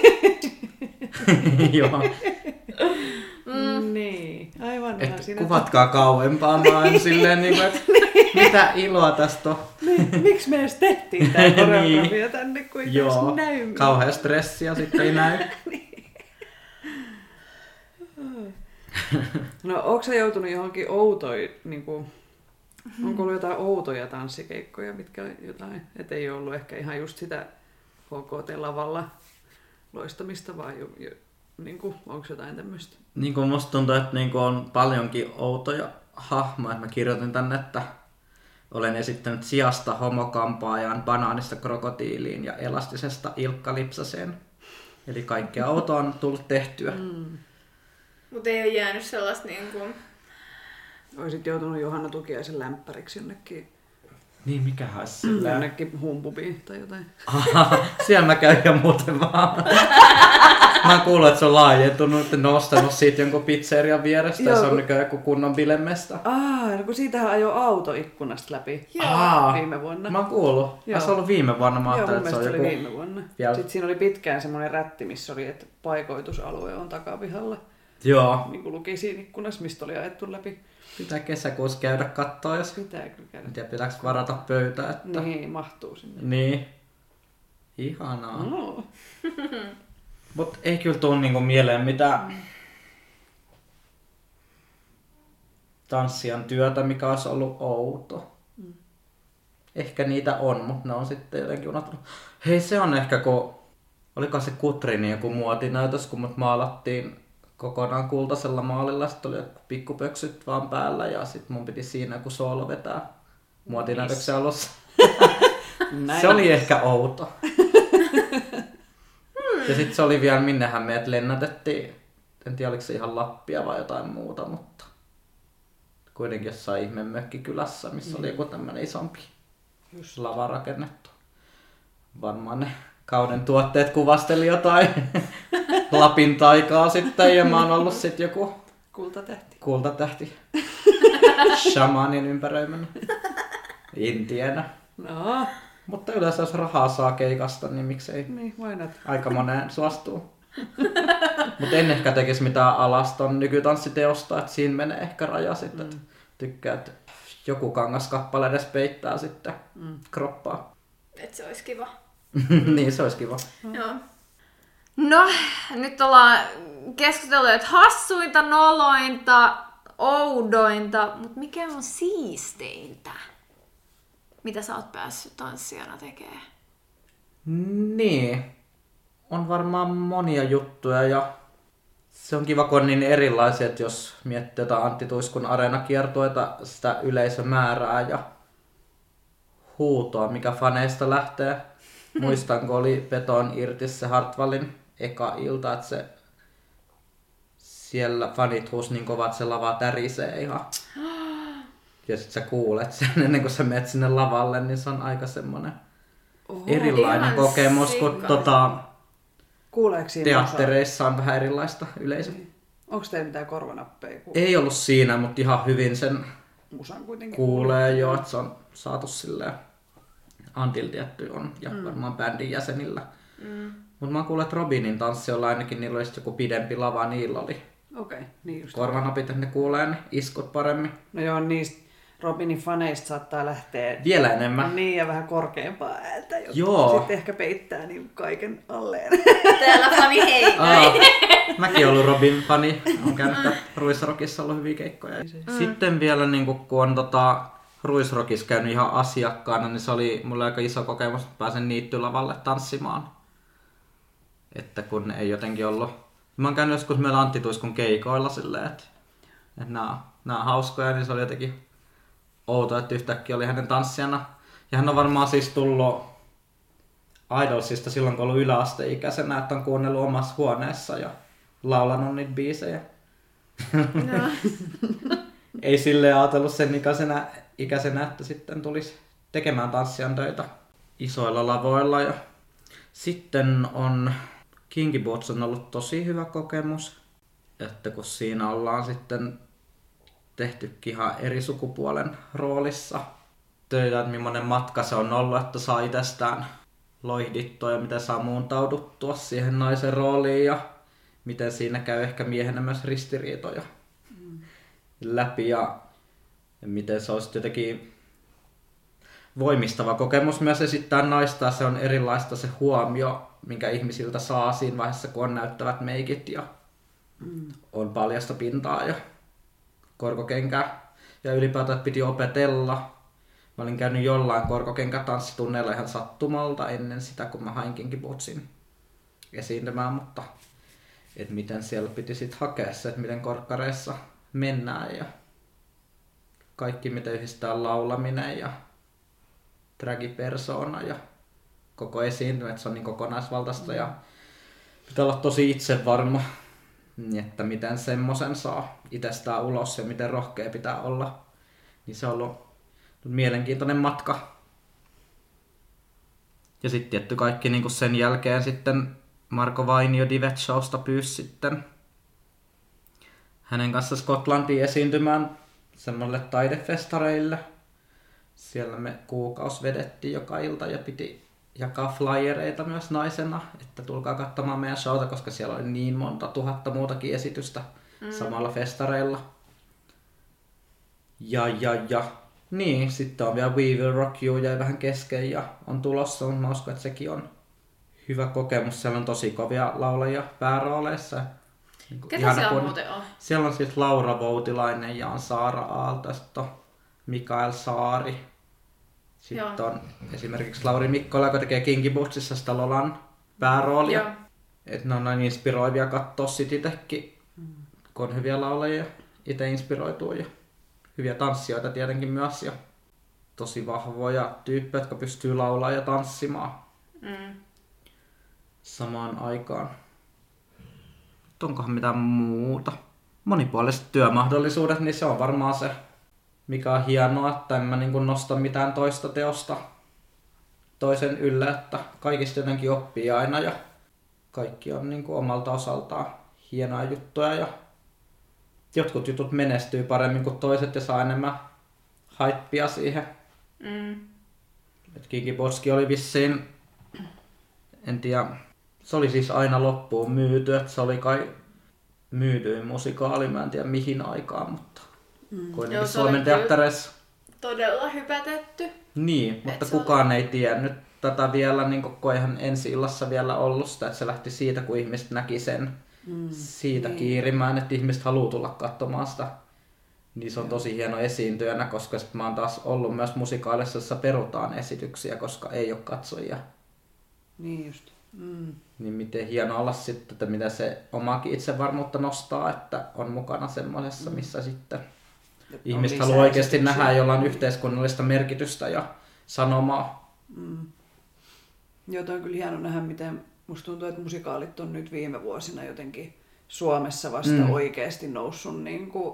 Joo. Mm. Niin, aivan. Et kuvatkaa kauempaa, mä oon silleen niin kuin, että mitä iloa tästä on. Niin, miksi me edes tehtiin tää koreografia niin. Tänne, kun ei Joo, näy mitään. Kauhea stressi ja sitten ei näy. Niin. No, ootko sä joutunut johonkin outoihin, niin kuin, onko ollut jotain outoja tanssikeikkoja, mitkä jotain, et ei ollut ehkä ihan just sitä H K T-lavalla loistamista, vai jo, jo, niin kuin, onko jotain tämmöistä? Niin kuin musta tuntuu, että niin kuin on paljonkin outoja hahmoja. Mä kirjoitin tänne, että olen esittänyt sijasta homokampaajan, banaanista krokotiiliin ja elastisesta Ilkka Lipsaseen. Eli kaikkea outoa on tullut tehtyä. Mm. Mutta ei ole jäänyt sellaista niin kuin... Oisit joutunut Johanna Tukiaisen lämpäriksi jonnekin. Niin, mikähän se mm. jonnekin humpubiin tai jotain. Aha, siellä mä käyn jo muuten vaan. Mä oon kuullut, että se on laajentunut, että nostanut siitä jonkun pizzerian vierestä ja se on nykyään joku kunnon bilemesta. Aa, no kun siitähän ajoi auto ikkunasta läpi Aa, viime vuonna. Mä oon kuullut. Joo. Se on ollut viime vuonna. Mä Joo, mun että se on oli joku... viime vuonna. Vielä... Sitten siinä oli pitkään semmoinen rätti, missä oli, että paikoitusalue on takapihalla. Joo. Niin kuin luki siinä ikkunassa, mistä oli ajettu läpi. Pitää kesäkuussa käydä kattoo, jos... Pitää kyllä käydä. En tiedä, pitääkö varata pöytää, että... Niin, mahtuu sinne. Niin. Ihanaa. No. Mut ei kyllä tuu niinku mieleen mitään mm. tanssijan työtä, mikä olisi ollut outo. Mm. Ehkä niitä on, mutta ne on sitten jotenkin unohtunut. Hei, se on ehkä kun... Oliko se Kutrinin joku muotinäytös, kun mut maalattiin kokonaan kultaisella maalilla, sitten oli pikkupöksyt vaan päällä ja sitten mun piti siinä joku soolo vetää muotinäytöksen alussa. Se oli ehkä outo. Ja sitten se oli vielä, minnehän meidät lennätettiin. En tiedä, oliko se ihan Lappia vai jotain muuta, mutta kuitenkin jossain ihme mökkikylässä, missä mm. oli joku tämmönen isompi just lava rakennettu. Varmaan ne kauden tuotteet kuvasteli jotain Lapin taikaa sitten ja mä oon ollut sit joku kultatähti. Kultatähti. Shamanin ympäröimänä. En tiedä. No. Mutta yleensä jos rahaa saa keikasta, niin miksei niin, aika moneen suostuu. Mutta en ehkä tekisi mitään alaston nykytanssiteosta, että siinä menee ehkä raja sitten. Mm. Tykkää, että joku kangaskappale edes peittää sitten mm. kroppaa. Et se olisi kiva. Niin, se olisi kiva. Mm. Joo. No, nyt ollaan keskustellut, että hassuinta, nolointa, oudointa, mutta mikä on siisteintä? Mitä sä oot päässyt tanssijana tekemään? Niin. On varmaan monia juttuja ja se on kiva, kun on niin erilaisia, että jos miettii jotain Antti Tuiskun areenakiertueita, sitä yleisömäärää ja huutoa, mikä faneista lähtee. Muistan, kun oli Beton irti se Hartwallin eka ilta, että se siellä fanit huusi niin kova, että se lava tärisee ihan. Ja sit sä kuulet sen ennen kuin sä menet sinne lavalle, niin se on aika semmonen Oho, erilainen ihan kokemus, kun sikana. tota, kuuleeko siinä teattereissa on vähän erilaista yleisöä. Onko teillä mitään korvanappeja? Ku- Ei ollut siinä, mutta ihan hyvin sen Musan kuitenkin kuulee jo, että se on saatu silleen Antil tietty on ja mm. varmaan bändin jäsenillä. Mm. Mutta mä kuulin, että Robinin tanssiolla ainakin niillä oli sit joku pidempi lava, niillä oli Okei, okay, niin just. korvanapit, että ne kuulee ne iskut paremmin. No joo, niistä Robinin faneista saattaa lähteä Vielä enemmän. niin ja vähän korkeampaa ääntä, jotta Joo. sitten ehkä peittää niin kaiken alleen. Täällä fani hei. Aa, mäkin ollut Robin fani, on käynyt Ruisrockissa ollut hyviä keikkoja. Mm. Sitten vielä niin kun on tota, Ruisrockissa käynyt ihan asiakkaana, niin se oli mulle aika iso kokemus, että pääsen niittylavalle tanssimaan. Että kun ei jotenkin ollut... Mä oon käynyt joskus meillä Antti Tuiskun keikoilla silleen, että, että nämä, nämä on hauskoja, niin se oli jotenkin outoa, että yhtäkkiä oli hänen tanssijana. Ja hän on varmaan siis tullut Idolsista silloin, kun on ollut yläasteikäisenä, että on kuunnellut omassa huoneessa ja laulanut niitä biisejä. No. Ei silleen ajatellut sen ikäisenä, ikäisenä, että sitten tulisi tekemään tanssijan töitä isoilla lavoilla. Ja sitten on Kinky Boots on ollut tosi hyvä kokemus, että kun siinä ollaan sitten tehtykin ihan eri sukupuolen roolissa töitä, että millainen matka se on ollut, että saa itsestään loihdittua ja miten saa muuntauduttua siihen naisen rooliin ja miten siinä käy ehkä miehenä myös ristiriitoja mm. läpi ja, ja miten se olisi jotenkin voimistava kokemus myös esittää naista. Se on erilaista se huomio, minkä ihmisiltä saa siinä vaiheessa, kun on näyttävät meikit ja mm. on paljasta pintaa ja korkokenkää. Ja ylipäätään piti opetella. Mä olin käynyt jollain korkokenkätanssitunneilla ihan sattumalta ennen sitä, kun mä hain Kinky Bootsin esiintymään, mutta et miten siellä piti sit hakea se, että miten korkkareissa mennään ja kaikki miten yhdistää laulaminen ja dragipersona ja koko esiintymä, että se on niin kokonaisvaltaista ja pitää olla tosi itsevarma, että miten semmoisen saa itsestään ulos ja miten rohkea pitää olla. Niin se on ollut mielenkiintoinen matka. Ja sitten tietty kaikki niin kuin sen jälkeen sitten Marko Vainio Divet Showsta pyysi sitten hänen kanssa Skotlantiin esiintymään semmoille taidefestareille. Siellä me kuukausi vedettiin joka ilta ja piti jakaa flyereita myös naisena, että tulkaa katsomaan meidän showta, koska siellä oli niin monta tuhatta muutakin esitystä mm. samalla festareilla. Ja, ja, ja. Niin, sitten on vielä We Will Rock You jäi vähän kesken ja on tulossa, mutta mä uskon, että sekin on hyvä kokemus. Siellä on tosi kovia laulajia päärooleissa. Niin ketä siellä kun... muuten on? Siellä on siis Laura Voutilainen ja on Saara Aaltosto, Mikael Saari. Sitten Joo. on esimerkiksi Lauri Mikkola, joka tekee Kinky Bootsissa sitä Lolan pääroolia. Että ne on näin inspiroivia katsoa sit itekin, mm. kun on hyviä laulajia, itse inspiroituu. Ja hyviä tanssijoita tietenkin myös ja tosi vahvoja tyyppejä, jotka pystyy laulamaan ja tanssimaan mm. samaan aikaan. Onkohan mitään muuta? Monipuoliset työmahdollisuudet, niin se on varmaan se, mikä on hienoa, että en mä niin kuin nosta mitään toista teosta toisen yllä, että kaikista jotenkin oppii aina ja kaikki on niin kuin omalta osaltaan hienoja juttuja ja jotkut jutut menestyy paremmin kuin toiset ja saa enemmän haippia siihen. Mm. Kinky Bootski oli vissiin, en tiedä, se oli siis aina loppuun myyty, että se oli kai myydyin musikaali, mä en tiedä mihin aikaan, mutta mm. kuitenkin Suomen teattereissa. Todella hypätetty. Niin, mutta et kukaan oli... ei tiennyt tätä vielä, niin kun eihän ensi-illassa vielä ollut sitä, että se lähti siitä, kun ihmiset näki sen. Mm, siitä niin. kiirimään, että ihmiset haluaa tulla katsomaan sitä. Niin se on tosi hieno esiintyjänä, koska sit mä oon taas ollut myös musikaalissa, jossa perutaan esityksiä, koska ei ole katsojia. Niin just. Mm. Niin miten hieno olla sitten, että mitä se omaakin itsevarmuutta nostaa, että on mukana semmoisessa, missä mm. sitten et ihmiset haluaa oikeasti nähdä, jolla on yhteiskunnallista merkitystä ja sanomaa. Mm. Joo, toi on kyllä hieno nähdä, miten musta tuntuu, että musikaalit on nyt viime vuosina jotenkin Suomessa vasta mm. oikeasti noussut niin kuin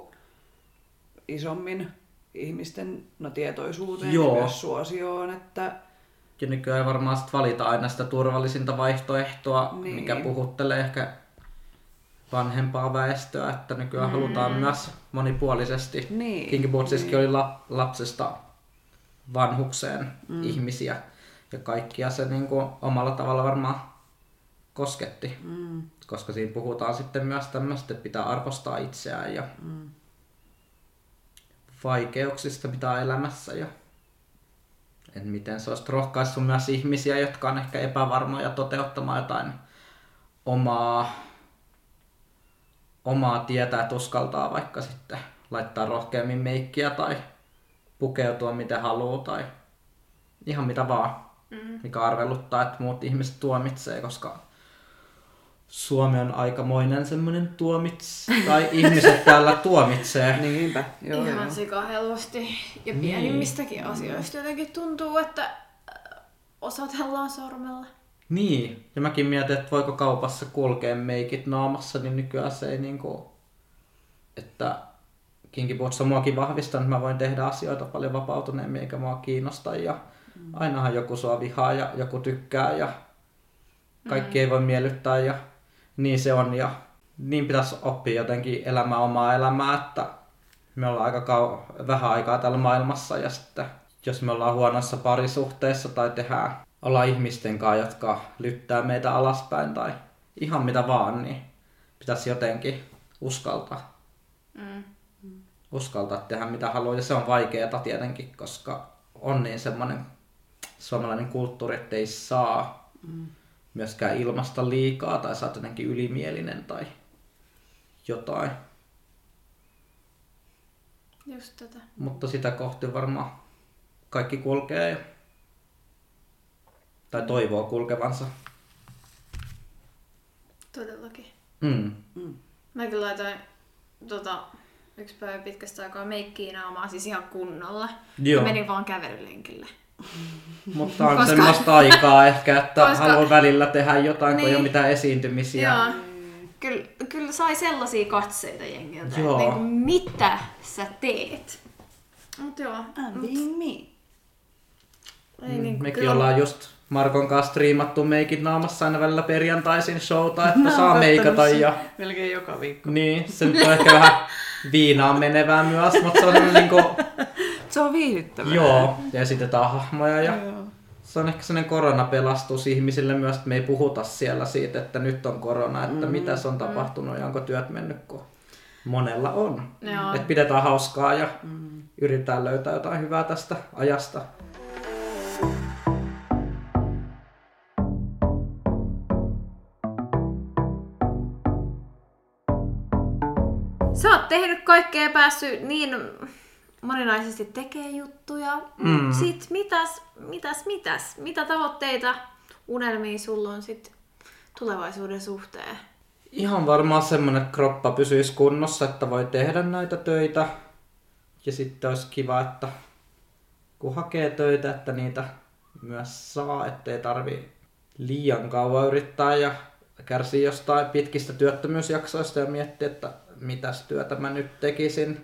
isommin ihmisten no, tietoisuuteen Joo. ja myös suosioon, että Ja nykyään varmaan sit valita aina sitä turvallisinta vaihtoehtoa, Niin. mikä puhuttelee ehkä vanhempaa väestöä, että nykyään mm. halutaan myös monipuolisesti. Niin. Kinky Bootsissakin oli la- lapsesta vanhukseen mm. ihmisiä ja kaikkia se niin kuin omalla tavalla varmaan kosketti, mm. koska siinä puhutaan sitten myös tämmöistä, että pitää arvostaa itseään ja mm. vaikeuksista, mitä on elämässä ja et miten se olisi rohkaissut myös ihmisiä, jotka on ehkä epävarmoja toteuttamaan jotain omaa, omaa tietä, että uskaltaa vaikka sitten laittaa rohkeammin meikkiä tai pukeutua miten haluaa tai ihan mitä vaan, mm. mikä arveluttaa, että muut ihmiset tuomitsee, koska Suomi on aikamoinen semmoinen tuomits, tai ihmiset täällä tuomitsee. Niinpä, joo, Ihan joo. sikahelposti. Ja pienimmistäkin mm. asioista jotenkin tuntuu, että osoitellaan sormella. Niin, ja mäkin mietin, että voiko kaupassa kulkea meikit naamassa, niin nykyään se ei niinku, että Kinky Boots on muakin vahvistanut, että mä voin tehdä asioita paljon vapautuneemmin, eikä mua kiinnosta, ja mm. ainahan joku sua vihaa ja joku tykkää, ja kaikki mm. ei voi miellyttää, ja niin se on, ja niin pitäisi oppia jotenkin elämään omaa elämää, että me ollaan aika kau- vähän aikaa täällä maailmassa, ja sitten jos me ollaan huonossa parisuhteessa tai tehdään, ollaan ihmisten kanssa, jotka lyttää meitä alaspäin tai ihan mitä vaan, niin pitäisi jotenkin uskaltaa. Mm. Uskaltaa tehdä mitä haluaa, ja se on vaikeaa tietenkin, koska on niin semmoinen suomalainen kulttuuri, että ei saa mm. myöskään ilmasta liikaa tai saa jotenkin ylimielinen tai jotain. Just tätä. Mutta sitä kohti varmaan kaikki kulkee tai toivoo kulkevansa. Todellakin. Mm. Mm. Mäkin laitoin tota, yksi päivä pitkästä aikaa meikkiä naamaa, siis ihan kunnolla. Joo. Menin vaan kävelylenkille. Mutta on Koska- semmoista aikaa ehkä, että Koska- haluaa välillä tehdä jotain, kun ei Niin. ole mitään esiintymisiä. Joo. Kyllä, kyllä sai sellaisia katseita jengiltä, että Joo. niinku, mitä sä teet? Mut joo. I'm being me. Ei, niinku, Mekin kyllä- ollaan just Markon kanssa striimattu meikit naamassa aina välillä perjantaisin showta, että Mä saa oon meikata kattonut ja sen melkein joka viikko. niin, se nyt on ehkä vähän viinaan menevää myös, mutta se on semmoinen niinku, Se on viihdyttävää. joo, ja esitetään hahmoja ja Joo. se on ehkä sellainen koronapelastus ihmisille myös, että me ei puhuta siellä siitä, että nyt on korona, että mm, mitä se on tapahtunut ja onko työt mennyt, kun monella on. Joo. Että pidetään hauskaa ja mm. yritetään löytää jotain hyvää tästä ajasta. Sä oot tehnyt kaikkea ja päässyt niin moninaisesti tekemään juttuja. Mm. Sit mitäs, mitäs, mitäs? Mitä tavoitteita, unelmia sulla on sit tulevaisuuden suhteen? Ihan varmaan semmonen, että kroppa pysyisi kunnossa, että voi tehdä näitä töitä. Ja sitten olisi kiva, että kun hakee töitä, että niitä myös saa, ettei tarvi liian kauan yrittää ja kärsii jostain pitkistä työttömyysjaksoista ja miettiä, että mitäs työtä mä nyt tekisin.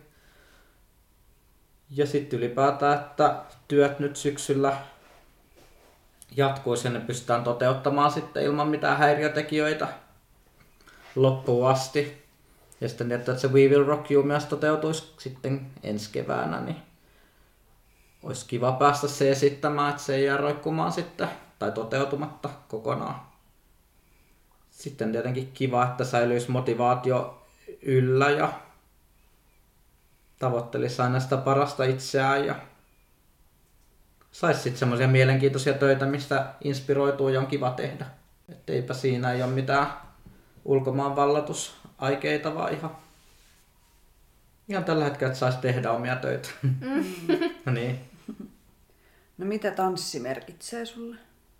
Ja sitten ylipäätään, että työt nyt syksyllä jatkuisi ja ne pystytään toteuttamaan sitten ilman mitään häiriötekijöitä loppuun asti. Ja sitten niin, että se We Will Rock You myös toteutuisi sitten ensi keväänä, niin olisi kiva päästä se esittämään, että se ei jää roikkumaan sitten tai toteutumatta kokonaan. Sitten tietenkin kiva, että säilyisi motivaatio yllä ja tavoittelisi aina sitä parasta itseään ja saisi sitten semmoisia mielenkiintoisia töitä, mistä inspiroituu ja on kiva tehdä. Että eipä siinä ei ole mitään ulkomaan vallatusaikeita, vaan ihan, ihan tällä hetkellä, että saisi tehdä omia töitä. Mm. No niin. No mitä tanssi merkitsee sulle?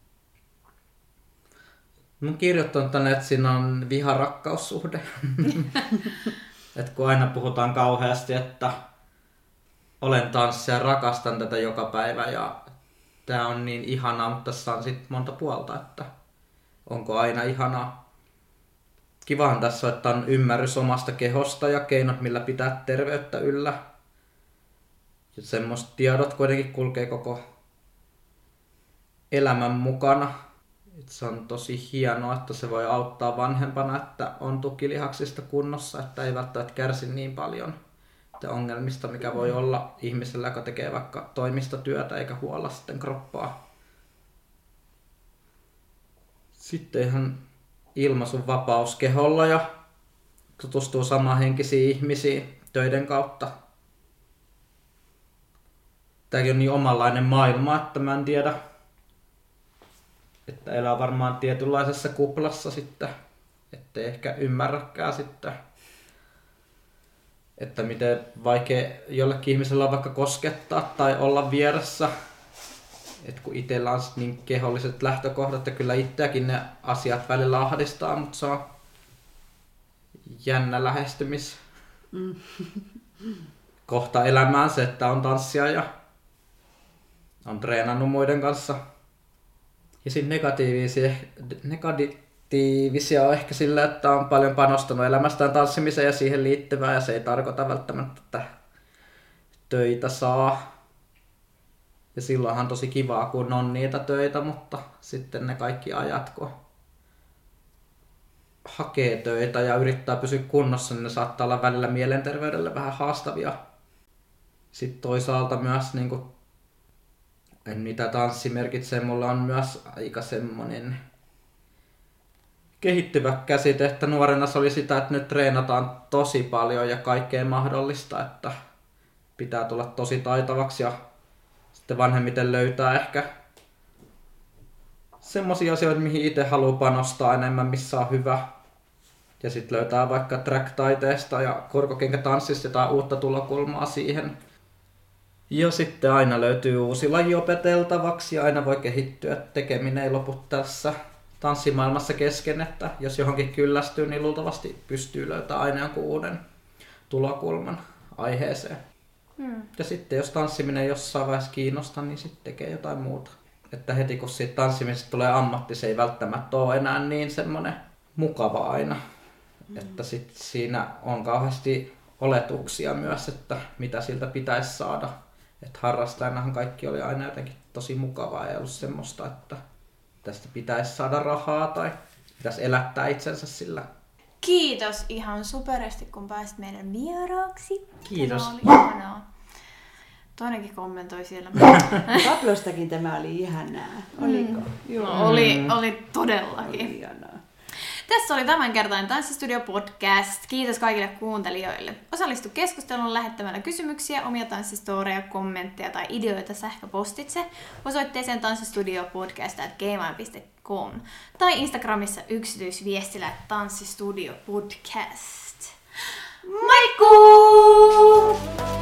Mä oon kirjoittanut tänne, että siinä on viha-rakkaussuhde. Et kun aina puhutaan kauheasti, että olen tanssija, rakastan tätä joka päivä ja tää on niin ihanaa, mutta tässä on sit monta puolta, että onko aina ihanaa. Kivahan tässä on, että on ymmärrys omasta kehosta ja keinot, millä pitää terveyttä yllä. Ja semmoiset tiedot kuitenkin kulkee koko elämän mukana. Et se on tosi hienoa, että se voi auttaa vanhempana, että on tukilihaksista kunnossa, että ei välttämättä kärsi niin paljon ongelmista, mikä voi olla ihmisellä, joka tekee vaikka toimistotyötä eikä huolla sitten kroppaa. Sitten ihan ilmaisun vapaus keholla ja tutustuu samanhenkisiin ihmisiin töiden kautta. Tämäkin on niin omanlainen maailma, että mä en tiedä, että elää varmaan tietynlaisessa kuplassa sitten, ettei ehkä ymmärräkään sitten, että miten vaikea jollekin ihmisellä on vaikka koskettaa tai olla vieressä. Et kun itsellä on niin keholliset lähtökohdat ja kyllä itseäkin ne asiat välillä ahdistaa, mutta se on jännä lähestymis mm. kohta elämään se, että on tanssia ja on treenannut muiden kanssa. Ja sitten negatiivisia, negatiivisia on ehkä sillä, että on paljon panostanut elämästään tanssimiseen ja siihen liittyvää ja se ei tarkoita välttämättä, että töitä saa. Ja silloinhan on tosi kivaa, kun on niitä töitä, mutta sitten ne kaikki ajat, kun hakee töitä ja yrittää pysyä kunnossa, niin ne saattaa olla välillä mielenterveydelle vähän haastavia. Sitten toisaalta myös, niin kuin, mitä tanssi merkitsee, mulla on myös aika semmoinen kehittyvä käsite, että nuorena se oli sitä, että nyt treenataan tosi paljon ja kaikkea mahdollista, että pitää tulla tosi taitavaksi ja sitten vanhemmiten löytää ehkä semmoisia asioita, mihin itse haluaa panostaa enemmän, missä on hyvä. Ja sitten löytää vaikka track-taiteesta ja korkokenkätanssista jotain uutta tulokulmaa siihen. Ja sitten aina löytyy uusi laji opeteltavaksi ja aina voi kehittyä. Tekeminen ei lopu tässä tanssimaailmassa kesken, että jos johonkin kyllästyy, niin luultavasti pystyy löytämään aina jonkun uuden tulokulman aiheeseen. Hmm. Ja sitten jos tanssiminen jossain vaiheessa kiinnostaa, niin sitten tekee jotain muuta. Että heti kun siitä tanssimisesta tulee ammatti, se ei välttämättä ole enää niin semmoinen mukava aina. Hmm. Että sitten siinä on kauheasti oletuksia myös, että mitä siltä pitäisi saada. Että harrastajanahan kaikki oli aina jotenkin tosi mukavaa, ei ollut semmoista, että tästä pitäisi saada rahaa tai pitäisi elättää itsensä sillä. Kiitos ihan superesti, kun pääsit meidän vieraaksi. Kiitos. Tämä oli ihanaa. Toinenkin kommentoi siellä. Kaplostakin tämä oli ihanaa. Oliko? Mm. Joo. Oli, oli todellakin. Oli ihanaa. Tässä oli tämänkertainen Tanssistudio podcast. Kiitos kaikille kuuntelijoille. Osallistu keskusteluun lähettämällä kysymyksiä, omia tanssistoreja, kommentteja tai ideoita sähköpostitse osoitteeseen tanssistudiopodcast at gmail piste com tai Instagramissa yksityisviestillä tanssistudiopodcast. Moikkuu!